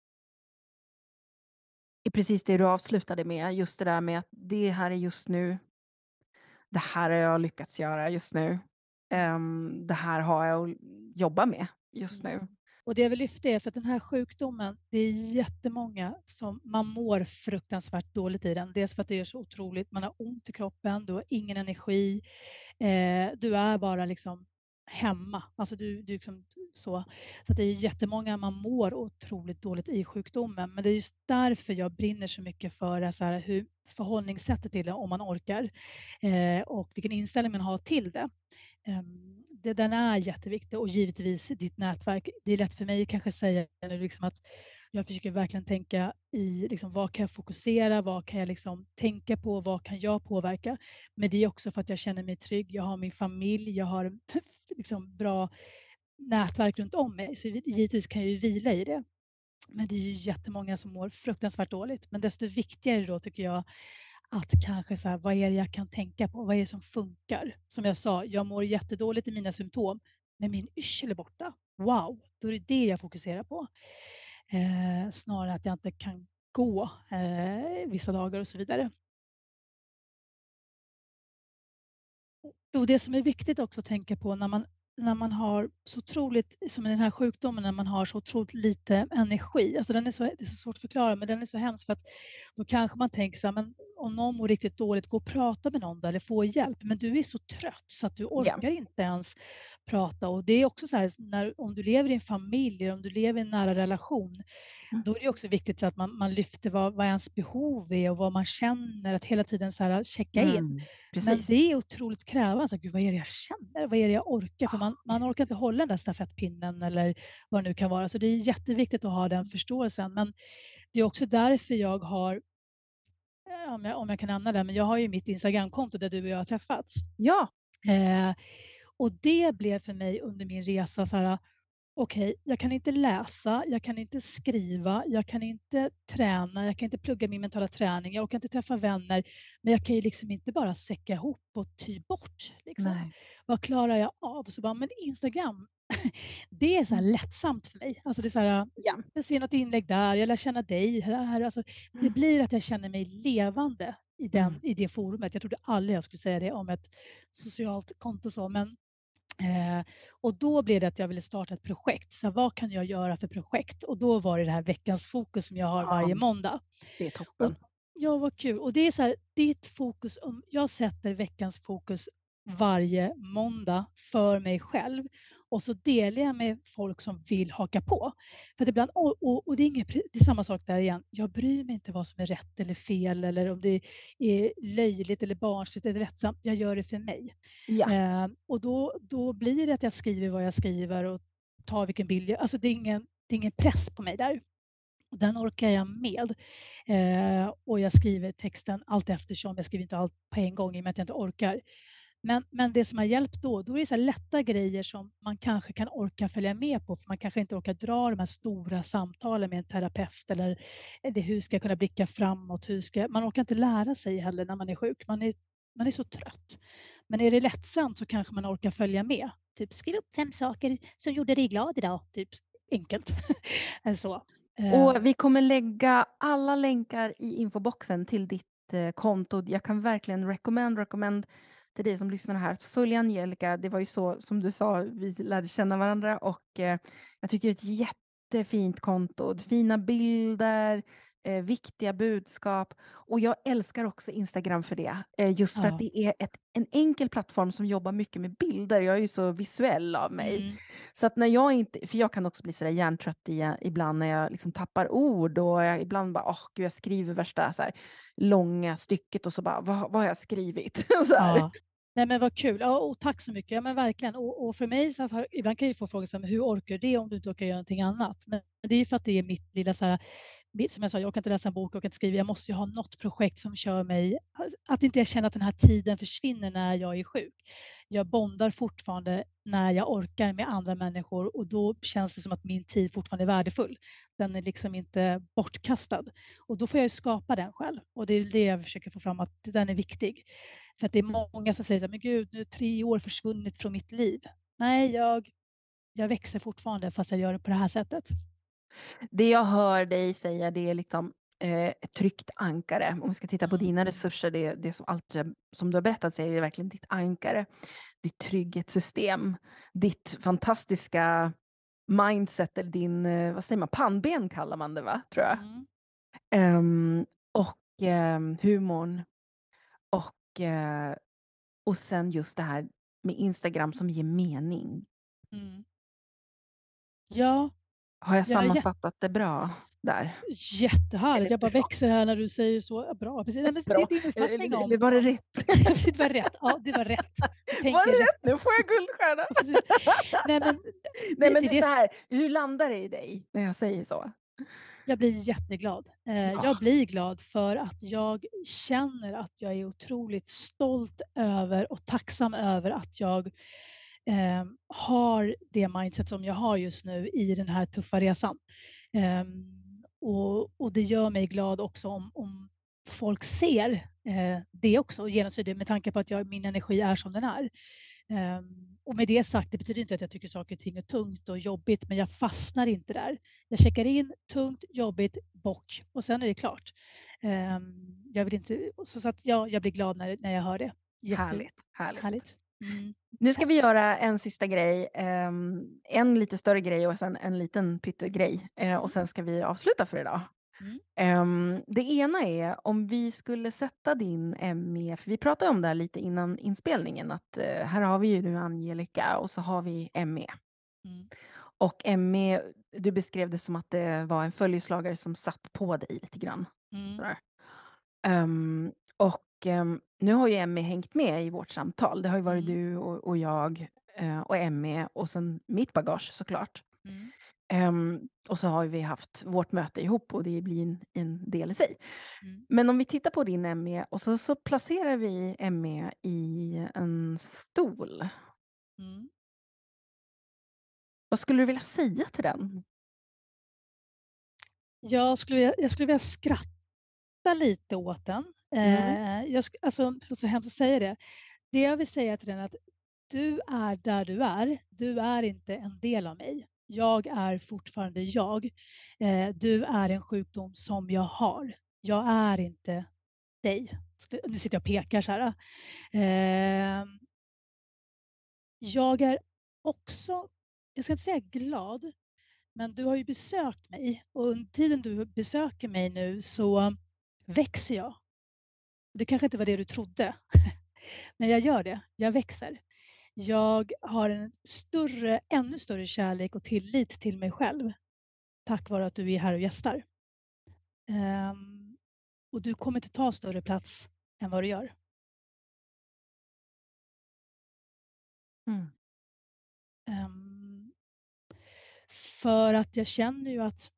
Det är precis det du avslutade med, just det där med att det här är just nu. Det här har jag lyckats göra just nu. Um, det här har jag att jobba med just nu. Mm. Och det jag vill lyfta är för att den här sjukdomen, det är jättemånga som man mår fruktansvärt dåligt i den. Dels för att det är så otroligt, man har ont i kroppen, du har ingen energi, eh, du är bara liksom hemma. Alltså du, du liksom så. Så att det är jättemånga man mår otroligt dåligt i sjukdomen. Men det är just därför jag brinner så mycket för så här, hur förhållningssättet till det om man orkar. Eh, och vilken inställning man har till det. Um, det, den är jätteviktig och givetvis ditt nätverk. Det är lätt för mig att kanske säga nu liksom att jag försöker verkligen tänka i liksom, vad kan jag fokusera, vad kan jag liksom tänka på, vad kan jag påverka. Men det är också för att jag känner mig trygg. Jag har min familj, jag har liksom, bra nätverk runt om mig. Så givetvis kan jag ju vila i det. Men det är ju jättemånga som mår fruktansvärt dåligt. Men desto viktigare då tycker jag att kanske så här, vad är det jag kan tänka på? Vad är det som funkar? Som jag sa, jag mår jättedåligt i mina symptom, men min yrsel är borta. Wow, då är det det jag fokuserar på. Eh, snarare att jag inte kan gå eh, vissa dagar och så vidare. Och det som är viktigt också att tänka på när man, när man har så otroligt, som i den här sjukdomen, när man har så otroligt lite energi. Alltså den är så, det är så svårt att förklara, men den är så hemsk för att då kanske man tänker så här, men om någon mår riktigt dåligt, gå och prata med någon där, eller få hjälp. Men du är så trött så att du Ja. orkar inte ens prata. Och det är också så här, när, om du lever i en familj, eller om du lever i en nära relation, Mm. då är det också viktigt att man, man lyfter vad, vad ens behov är och vad man känner, att hela tiden så här checka in. Mm, Men precis. det är otroligt krävande. Så, Gud, vad är det jag känner? Vad är det jag orkar? För man, man Visst. orkar inte hålla den där stafettpinnen eller vad det nu kan vara. Så det är jätteviktigt att ha den förståelsen. Men det är också därför jag har, eh, om jag, om jag kan nämna det, men jag har ju mitt Instagramkonto där du och jag har träffats. Ja. Eh, och det blev för mig under min resa så här, okej, jag kan inte läsa, jag kan inte skriva, jag kan inte träna, jag kan inte plugga min mentala träning, jag kan inte träffa vänner, men jag kan ju liksom inte bara säcka ihop och ty bort. Liksom. Nej. Vad klarar jag av? Och så bara, men Instagram, det är så här Mm. lättsamt för mig. Alltså det är så här, Ja. jag ser något inlägg där, jag lär känna dig här. Alltså, det Mm. blir att jag känner mig levande i, den, Mm. i det forumet. Jag trodde aldrig jag skulle säga det om ett socialt konto så, men Eh, och då blev det att jag ville starta ett projekt. Så vad kan jag göra för projekt? Och då var det det här veckans fokus som jag har Ja, varje måndag. det är Och, toppen. ja, vad kul. Och det är så här, ditt fokus, om jag sätter veckans fokus varje måndag för mig själv och så delar jag med folk som vill haka på. För att ibland, och, och, och det, är inget, det är samma sak där igen. Jag bryr mig inte vad som är rätt eller fel eller om det är löjligt eller barnsligt eller rättsamt. Jag gör det för mig. Ja. Eh, och då, då blir det att jag skriver vad jag skriver och tar vilken bild jag... Alltså det är ingen, det är ingen press på mig där. Och den orkar jag med. Eh, och jag skriver texten allt eftersom. Jag skriver inte allt på en gång i och med att jag inte orkar. Men, men det som har hjälpt då, då är det så här lätta grejer som man kanske kan orka följa med på. För man kanske inte orkar dra de här stora samtalen med en terapeut. Eller, eller hur ska jag kunna blicka framåt? Hur ska, man orkar inte lära sig heller när man är sjuk. Man är, man är så trött. Men är det lättsamt så kanske man orkar följa med. Typ skriv upp fem saker som gjorde dig glad idag. Typ enkelt. så. Och Eh, vi kommer lägga alla länkar i infoboxen till ditt eh, konto. Jag kan verkligen recommend, recommend till dig som lyssnar här att följa Angelica. Det var ju så som du sa, vi lärde känna varandra och eh, jag tycker det är ett jättefint konto. Fina bilder, eh, viktiga budskap och jag älskar också Instagram för det. Eh, just för att ja. det är ett, en enkel plattform som jobbar mycket med bilder. Jag är ju så visuell av mig. Mm. Så att när jag inte, för jag kan också bli sådär hjärntrött i, ibland när jag liksom tappar ord och jag ibland bara, åh gud jag skriver värsta så här, långa stycket och så bara, vad, vad har jag skrivit? så här. Ja. Nej men vad kul. Ja, och tack så mycket. Ja, men verkligen. Och, och för mig så har, ibland kan jag få frågan så här, men hur orkar du det om du inte orkar göra någonting annat? Men det är för att det är mitt lilla så här, mitt- som jag sa, jag kan inte läsa en bok, jag kan inte skriva. Jag måste ju ha något projekt som kör mig. Att inte jag känner att den här tiden försvinner när jag är sjuk. Jag bondar fortfarande när jag orkar med andra människor och då känns det som att min tid fortfarande är värdefull. Den är liksom inte bortkastad. Och då får jag ju skapa den själv. Och det är det jag försöker få fram, att den är viktig. För att det är många som säger så här, men gud, nu är tre år försvunnit från mitt liv. Nej, jag, jag växer fortfarande fast jag gör det på det här sättet. Det jag hör dig säga det är liksom eh, ett tryggt ankare. Om vi ska titta på Mm. dina resurser, det, det som allt det som du har berättat så är det verkligen ditt ankare. Ditt trygghetssystem, ditt fantastiska mindset eller din, eh, vad säger man, pannben kallar man det va, tror jag. Mm. Ehm, och ehm, humorn och, eh, och sen just det här med Instagram som ger mening. Mm. Ja, Har jag jag är jätte, sammanfattat det bra där? jättehärligt. Eller Jag bara bra? växer här när du säger så. Ja, bra, precis. Nej, men det är Bra. din uppfattning Eller, eller om... var det om rätt? precis, det var rätt. Ja, det var rätt. Du Var tänker det rätt. rätt? Nu får jag guldstjärna. Ja, precis. Nej, men Nej det, men det, det är så det, här, hur landar det i dig när jag säger så? jag blir jätteglad. Eh, Ja. Jag blir glad för att jag känner att jag är otroligt stolt över och tacksam över att jag eh, har det mindset som jag har just nu i den här tuffa resan. Eh, och, och det gör mig glad också om, om folk ser eh, det också och genomsyrar det med tanke på att jag, min energi är som den är. Um, och med det sagt, det betyder inte att jag tycker saker och ting är tungt och jobbigt, men jag fastnar inte där. Jag checkar in, tungt, jobbigt, bock och sen är det klart. Um, jag vill inte, så, så att ja, jag blir glad när, när jag hör det. Härligt, härligt. Jättehärligt. Mm. Nu ska vi göra en sista grej. ehm, en lite större grej och sen en liten pyttegrej. Eh, och sen ska vi avsluta för idag. Mm. Ehm, det ena är om vi skulle sätta din M E, för vi pratade om det här lite innan inspelningen, att eh, här har vi ju nu Angelica och så har vi M E. Mm. Och M E, du beskrev det som att det var en följeslagare som satt på dig lite grann. Mm. Sådär. Ehm, och ehm, nu har ju M E hängt med i vårt samtal. Det har ju varit Mm. du och, och jag eh, och M E och sen mitt bagage såklart. Mm. Ehm, och så har vi haft vårt möte ihop och det blir en, en del i sig. Mm. Men om vi tittar på din M E och så, så placerar vi M E i en stol. Mm. Vad skulle du vilja säga till den? Jag, skulle, vilja- jag skulle vilja skratta lite åt den. Mm. Eh, jag, sk- alltså, det är så hemskt att säga det. Det jag vill säga till den är att du är där du är. Du är inte en del av mig. Jag är fortfarande jag. Eh, du är en sjukdom som jag har. Jag är inte dig. Nu sitter jag och pekar så här. Eh, jag är också, jag ska inte säga glad, men du har ju besökt mig och under tiden du besöker mig nu så växer jag. Det kanske inte var det du trodde, men jag gör det. Jag växer. Jag har en större, ännu större kärlek och tillit till mig själv tack vare att du är här och gästar. Um, och du kommer inte ta större plats än vad du gör. Mm. Um, för att jag känner ju att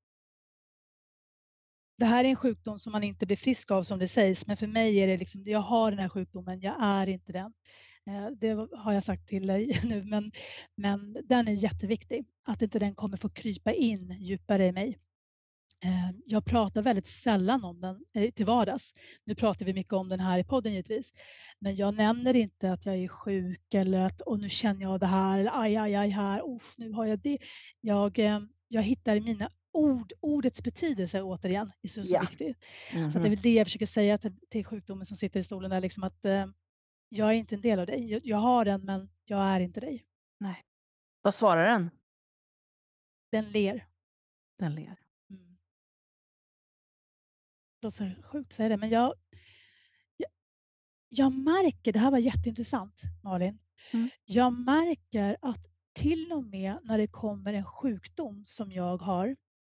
det här är en sjukdom som man inte blir frisk av som det sägs, men för mig är det liksom, jag har den här sjukdomen, jag är inte den. Eh, Det har jag sagt till dig nu, men, men den är jätteviktig. Att inte den kommer få krypa in djupare i mig. Eh, Jag pratar väldigt sällan om den eh, till vardags. Nu pratar vi mycket om den här i podden givetvis. Men jag nämner inte att jag är sjuk eller att och nu känner jag det här, eller aj, aj, aj här, Uff, nu har jag det. Jag, eh, jag hittar i mina ord, ordets betydelse återigen är så, så Ja. viktigt. Så att det är Mhm. väl det jag försöker säga till, till sjukdomen som sitter i stolen där, liksom att eh, jag är inte en del av dig. Jag, jag har den, men jag är inte dig. Nej. Vad svarar den? Den ler. Den ler. Mm. Det låter så sjukt att säga det, men jag, jag, jag märker, det här var jätteintressant Malin, Mm. jag märker att till och med när det kommer en sjukdom som jag har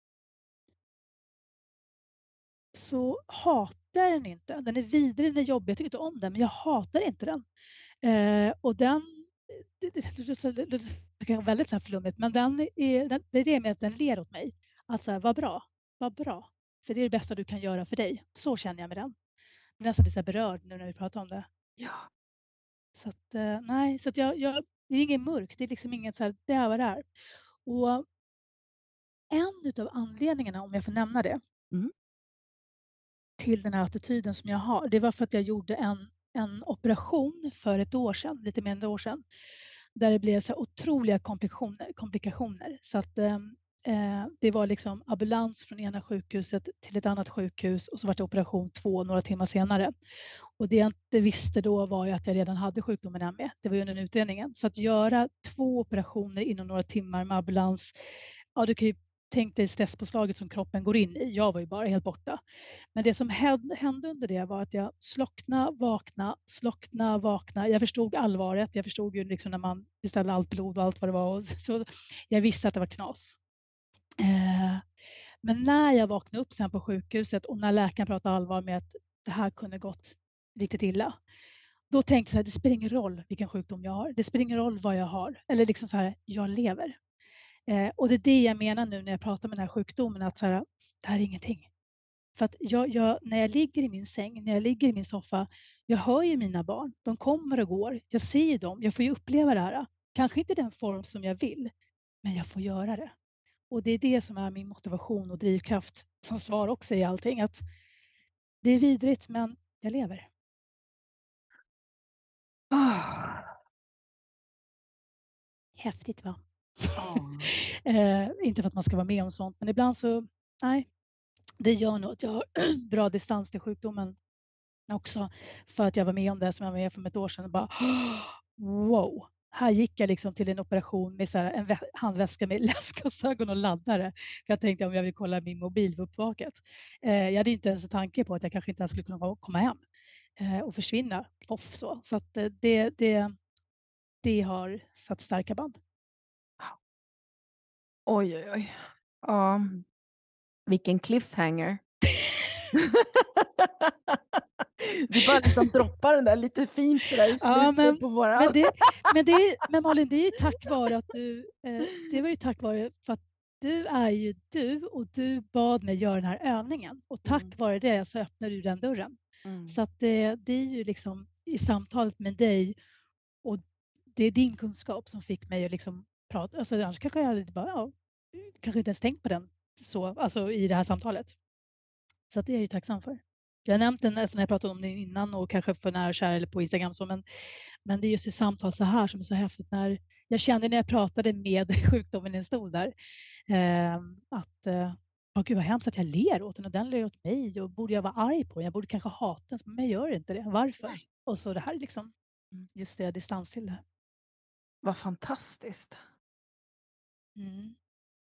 så hatar den inte. Den är vidrig, den är jobbig, jag tycker inte om den, men jag hatar inte den. Eh, och den, det, det, det, det, det, det kan vara väldigt så här flummigt, men den är, den, det är det med att den ler åt mig. Att så här, vad bra, vad bra. För det är det bästa du kan göra för dig. Så känner jag med den. Jag blir nästan lite så här berörd nu när vi pratar om det. Ja. Så att, eh, nej, så att jag, jag, det är inget mörkt, det är liksom inget så här, det är vad det är. Och en utav anledningarna, om jag får nämna det, Mm. till den här attityden som jag har, det var för att jag gjorde en, en operation för ett år sedan, lite mer än ett år sedan, där det blev så här otroliga komplikationer. komplikationer. Så att eh, eh, det var liksom ambulans från ena sjukhuset till ett annat sjukhus och så var det operation två några timmar senare. Och det jag inte visste då var ju att jag redan hade sjukdomen M E. Det var ju under den utredningen. Så att göra två operationer inom några timmar med ambulans, ja du kan ju tänka dig stresspåslaget som kroppen går in i. Jag var ju bara helt borta. Men det som hände under det var att jag slockna, vakna, slockna, vakna. Jag förstod allvaret. Jag förstod ju liksom när man beställde allt blod och allt vad det var. Och så jag visste att det var knas. Eh, men när jag vaknade upp sen på sjukhuset och när läkaren pratade allvar med att det här kunde gått riktigt illa. Då tänkte jag så här, det spelar ingen roll vilken sjukdom jag har. Det spelar ingen roll vad jag har. Eller liksom så här, jag lever. Eh, och det är det jag menar nu när jag pratar med den här sjukdomen. Att så här, det här är ingenting. För att jag, jag, när jag ligger i min säng, när jag ligger i min soffa, jag hör ju mina barn. De kommer och går. Jag ser ju dem. Jag får ju uppleva det här. Kanske inte den form som jag vill, men jag får göra det. Och det är det som är min motivation och drivkraft som svar också i allting. Att det är vidrigt, men jag lever. Ah. Häftigt va? Ja. eh, inte för att man ska vara med om sånt, men ibland så, nej, det gör nog att jag har bra distans till sjukdomen också. För att jag var med om det som jag var med för ett år sedan och bara wow. Här gick jag liksom till en operation med så här en handväska med läsglasögon och laddare. För jag tänkte om jag vill kolla min mobil vid uppvaket. Eh, jag hade inte ens en tanke på att jag kanske inte ens skulle kunna komma hem eh, och försvinna. Poff, så så att eh, det, det, det har satt starka band. Oj, oj, oj. Ja, vilken cliffhanger. Du bara liksom droppar den där lite fint sådär i Ja, slutet men, på våran. men, det, men, det, men Malin, det är ju tack vare att du, eh, det var ju tack vare för att du är ju du och du bad mig göra den här övningen och tack Mm. vare det så öppnar du den dörren. Mm. Så att det, det är ju liksom i samtalet med dig och det är din kunskap som fick mig att liksom prata. Alltså, annars kanske jag hade bara, ja, kanske inte ens tänkt på den så, alltså i det här samtalet. Så att det är jag ju tacksam för. Jag har nämnt den alltså när jag pratade om det innan och kanske för nära och kära eller på Instagram så, men, men det är just i samtal så här som är så häftigt när jag kände när jag pratade med sjukdomen i en stol där eh, att eh, åh gud vad hemskt att jag ler åt den och den ler åt mig och borde jag vara arg på den? Jag borde kanske hata den, men jag gör inte det. Varför? Nej. Och så det här liksom, Mm. just det, distans till det. Vad fantastiskt. Mm.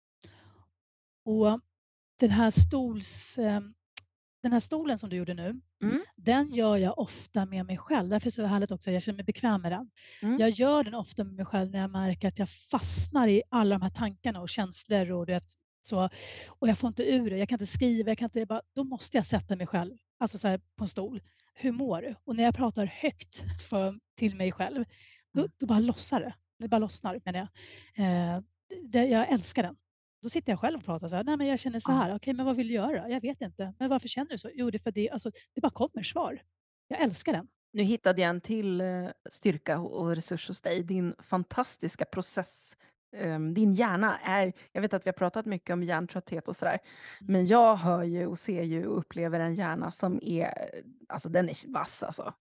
Och den här stols eh, den här stolen som du gjorde nu, Mm. den gör jag ofta med mig själv. Därför är det så härligt också, jag känner mig bekväm med den. Mm. Jag gör den ofta med mig själv när jag märker att jag fastnar i alla de här tankarna och känslor och, du vet, så, och jag får inte ur det. Jag kan inte skriva, jag kan inte, bara, då måste jag sätta mig själv alltså så här, på en stol. Hur mår du? Och när jag pratar högt för, till mig själv, då, Mm. då bara lossar det. Det bara lossnar menar jag. Eh, det, jag älskar den. Då sitter jag själv och pratar så här, nej men jag känner så här, Ja. okej men vad vill du göra? Jag vet inte, men varför känner du så? Jo det är för det, alltså, det bara kommer svar. Jag älskar den. Nu hittade jag en till eh, styrka och resurs hos dig. Din fantastiska process. Um, din hjärna är, jag vet att vi har pratat mycket om hjärntrötthet och sådär. Mm. Men jag hör ju och ser ju och upplever en hjärna som är, alltså den är vass alltså.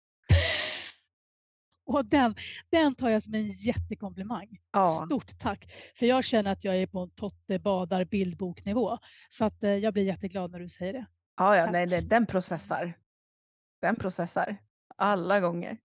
Och den, den tar jag som en jättekomplimang. Ja. Stort tack. För jag känner att jag är på en Totte badar bildboknivå. Så att eh, jag blir jätteglad när du säger det. Ja, ja, Tack. nej, nej, den processar. Den processar. Alla gånger.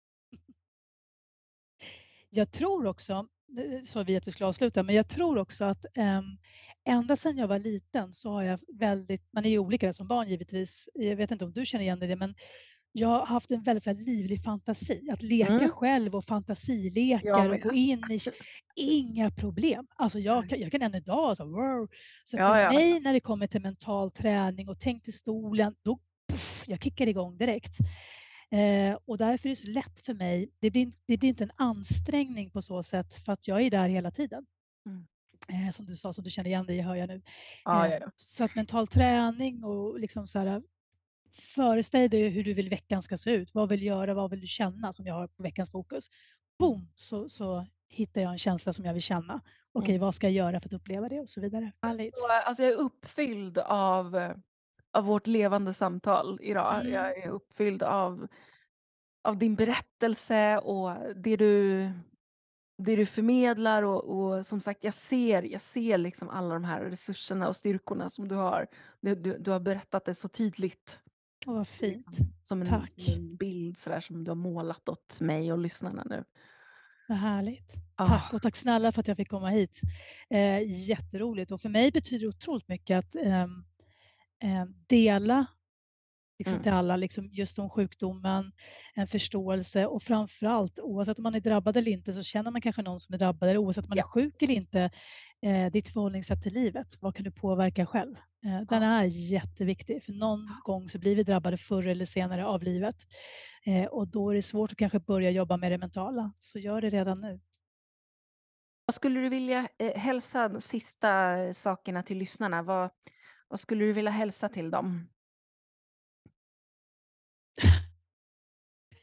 Jag tror också, nu sa vi att vi skulle avsluta, men jag tror också att um, ända sedan jag var liten så har jag väldigt, man är ju olika som barn givetvis, jag vet inte om du känner igen det, men jag har haft en väldigt så här, livlig fantasi. Att leka Mm. själv och Jag fantasilekar och med. gå in i, inga problem. Alltså jag, kan- jag kan än idag, så, wow. Så för Ja, ja. mig när det kommer till mental träning och tänk till stolen, då pff, jag kickar igång direkt. Eh, och därför är det så lätt för mig. Det blir, det blir inte en ansträngning på så sätt för att jag är där hela tiden. Mm. Eh, som du sa, som du känner igen dig i, hör jag nu. Ja, Eh, ja, ja. så att mental träning och liksom så här, föreställ dig hur du vill veckan ska se ut. Vad vill du göra? Vad vill du känna som jag har på veckans fokus? Boom! Så, så hittar jag en känsla som jag vill känna. Okej, Mm. vad ska jag göra för att uppleva det och så vidare. Härligt. Så, alltså jag är uppfylld av, eh, av vårt levande samtal idag. Mm. Jag är uppfylld av, av din berättelse och det du, det du förmedlar och, och som sagt jag ser, jag ser liksom alla de här resurserna och styrkorna som du har. Du, du, du har berättat det så tydligt. Åh, vad fint. Liksom, som, en, Tack. som en bild sådär, som du har målat åt mig och lyssnarna nu. Vad härligt. Ah. Tack och tack snälla för att jag fick komma hit. Eh, jätteroligt och för mig betyder det otroligt mycket att eh, eh, dela liksom Mm. till alla, liksom just om sjukdomen, en förståelse och framförallt oavsett om man är drabbad eller inte så känner man kanske någon som är drabbad eller oavsett om man Ja. är sjuk eller inte, eh, ditt förhållningssätt till livet, vad kan du påverka själv? Eh, den Ja. är jätteviktig för någon gång så blir vi drabbade förr eller senare av livet eh, och då är det svårt att kanske börja jobba med det mentala, så gör det redan nu. Vad skulle du vilja eh, hälsa de sista sakerna till lyssnarna? Vad, vad skulle du vilja hälsa till dem?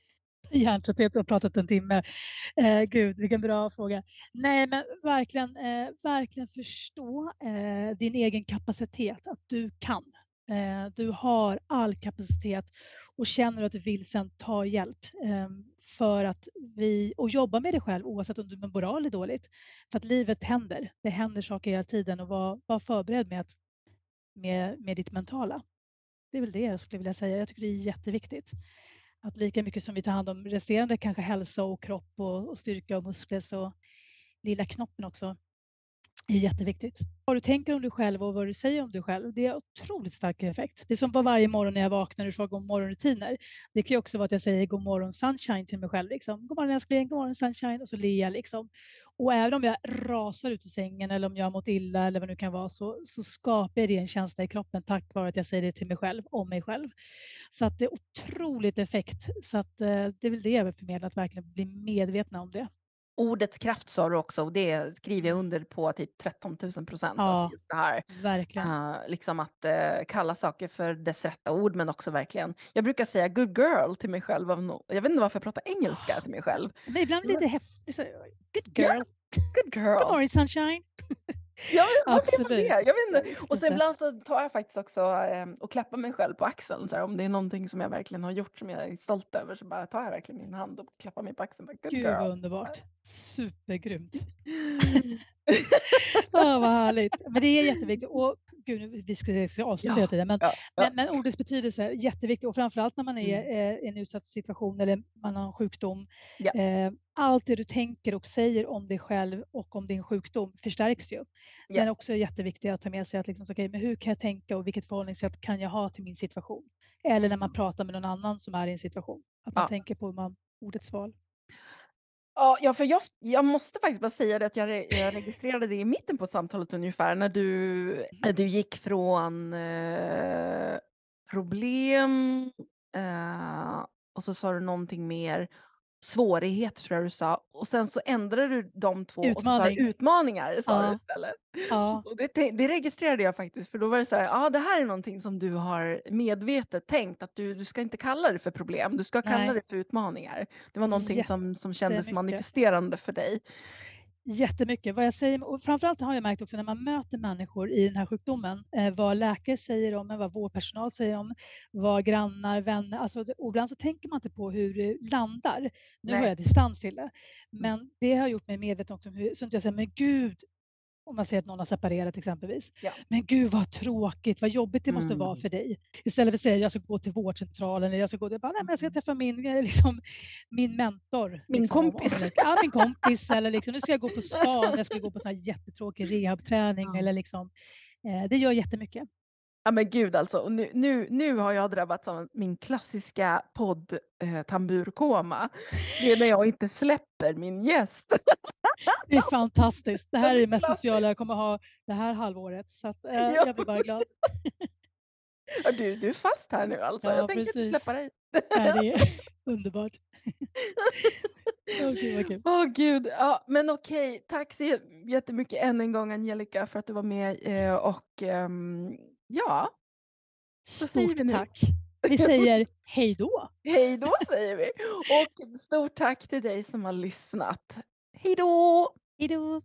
Hjärntrötthet och pratat en timme. Eh, gud, vilken bra fråga. Nej, men verkligen, eh, verkligen förstå eh, din egen kapacitet, att du kan. Eh, du har all kapacitet och känner att du vill sen ta hjälp eh, för att vi, och jobba med dig själv oavsett om du mår bra eller dåligt. För att livet händer. Det händer saker hela tiden och var, var förberedd med, att, med, med ditt mentala. Det är väl det jag skulle vilja säga. Jag tycker det är jätteviktigt. Att lika mycket som vi tar hand om resterande kanske hälsa och kropp och, och styrka och muskler, så lilla knoppen också är jätteviktigt. Vad du tänker om dig själv och vad du säger om dig själv, det är otroligt stark effekt. Det är som på varje morgon när jag vaknar och frågar om morgonrutiner. Det kan ju också vara att jag säger god morgon sunshine till mig själv. Liksom. God morgon älskling, god morgon sunshine, och så ler jag. Liksom. Och även om jag rasar ut ur sängen eller om jag har mått illa eller vad det nu kan vara, så, så skapar det en känsla i kroppen tack vare att jag säger det till mig själv, om mig själv. Så att det är otroligt effekt. Så att, eh, det är väl det jag vill förmedla, att verkligen bli medvetna om det. Ordets kraft sa du också, och det skriver jag under på till tretton tusen procent. Ja, alltså just det här. Verkligen. Uh, liksom att uh, kalla saker för dess rätta ord, men också verkligen. Jag brukar säga good girl till mig själv. Av no- jag vet inte varför jag pratar engelska till mig själv. Men ibland lite häftigt. Good girl. Yeah, good girl. Good morning sunshine. Ja, varför gör man det? Absolut. Jag vet inte. Jag Och sen vet ibland så tar jag faktiskt också eh, och klappar mig själv på axeln. Så här, om det är någonting som jag verkligen har gjort som jag är stolt över, så bara tar jag verkligen min hand och klappar mig på axeln. Bara, good Gud girl. vad underbart. Supergrymt. Ja, vad härligt. Men det är jätteviktigt. Och gud, nu- vi ska, ska avsluta Ja, hela tiden. Men, ja, ja. men, men ordets betydelse är jätteviktigt. Och framförallt när man är Mm. eh, i en utsatt situation eller man har en sjukdom. Ja. Eh, allt det du tänker och säger om dig själv och om din sjukdom förstärks ju. Ja. Men också jätteviktigt att ta med sig att liksom, så, okay, men hur kan jag tänka och vilket förhållningssätt kan jag ha till min situation? Eller när man pratar med någon annan som är i en situation. Att man Ja. tänker på hur man, ordets val. Ja, ja, för jag, jag måste faktiskt bara säga det att jag, re, jag registrerade det i mitten på samtalet ungefär, när du, när du gick från eh, problem eh, och så sa du någonting mer, svårighet tror jag du sa, och sen så ändrade du de två och så sa Utmaning. du utmaningar, sa Ja. du istället. Ja. Och det, det registrerade jag faktiskt, för då var det så här, ja, det här är någonting som du har medvetet tänkt, att du, du ska inte kalla det för problem, du ska kalla Nej. det för utmaningar. Det var någonting som, som kändes Jättemycket. manifesterande för dig. Jättemycket. Vad jag säger, och framförallt har jag märkt också när man möter människor i den här sjukdomen, eh, vad läkare säger om en, vad vårdpersonal säger om, vad grannar, vänner, alltså, det- och ibland så tänker man inte på hur det landar. Nu Nej. har jag distans till det, men det har gjort mig medveten också om hur, så att jag säger, men gud, om man säger att någon har separerat exempelvis. Ja. Men gud vad tråkigt, vad jobbigt det måste Mm. vara för dig. Istället för att säga jag ska gå till vårdcentralen eller jag ska gå till, bara, nej, men jag ska träffa min, eh, liksom, min mentor. Min liksom, om- kompis. Om, ja, min kompis. Eller liksom, nu ska jag gå på spa, jag ska gå på sån här jättetråkig rehabträning. Ja. Eller liksom, eh, det gör jättemycket. Ja men gud alltså, och nu, nu, nu har jag drabbats av min klassiska podd eh, tamburkoma. Det är när jag inte släpper min gäst. Det är fantastiskt. Det här Ja, är det det är mest klassiskt. sociala jag kommer ha det här halvåret. Så att, eh, Ja. jag blir bara glad. Ja, du, du är fast här nu alltså, Ja, jag tänker precis. inte släppa dig. Nej, det är underbart. Åh, gud, vad kul. Åh gud, ja men okej, tack så jättemycket än en gång Angelica för att du var med eh, och ehm, ja, säger Stort vi nu? tack. Vi säger hej då. hej då säger vi. Och stort tack till dig som har lyssnat. Hej då! Hej då.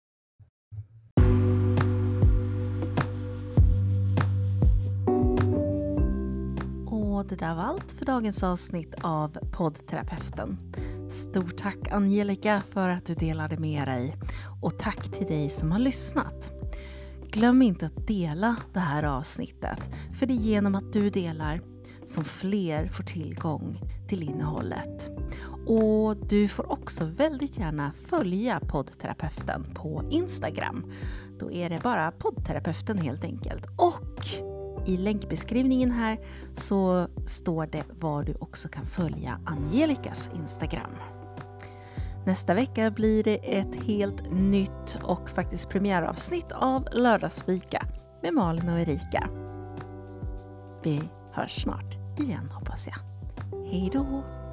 Och det där var allt för dagens avsnitt av poddterapeuten. Stort tack Angelica för att du delade med dig. Och tack till dig som har lyssnat. Glöm inte att dela det här avsnittet. För det är genom att du delar som fler får tillgång till innehållet. Och du får också väldigt gärna följa poddterapeuten på Instagram. Då är det bara poddterapeuten helt enkelt. Och i länkbeskrivningen här så står det var du också kan följa Angelicas Instagram. Nästa vecka blir det ett helt nytt och faktiskt premiäravsnitt av Lördagsfika med Malin och Erika. Vi hörs snart igen hoppas jag. Hej då!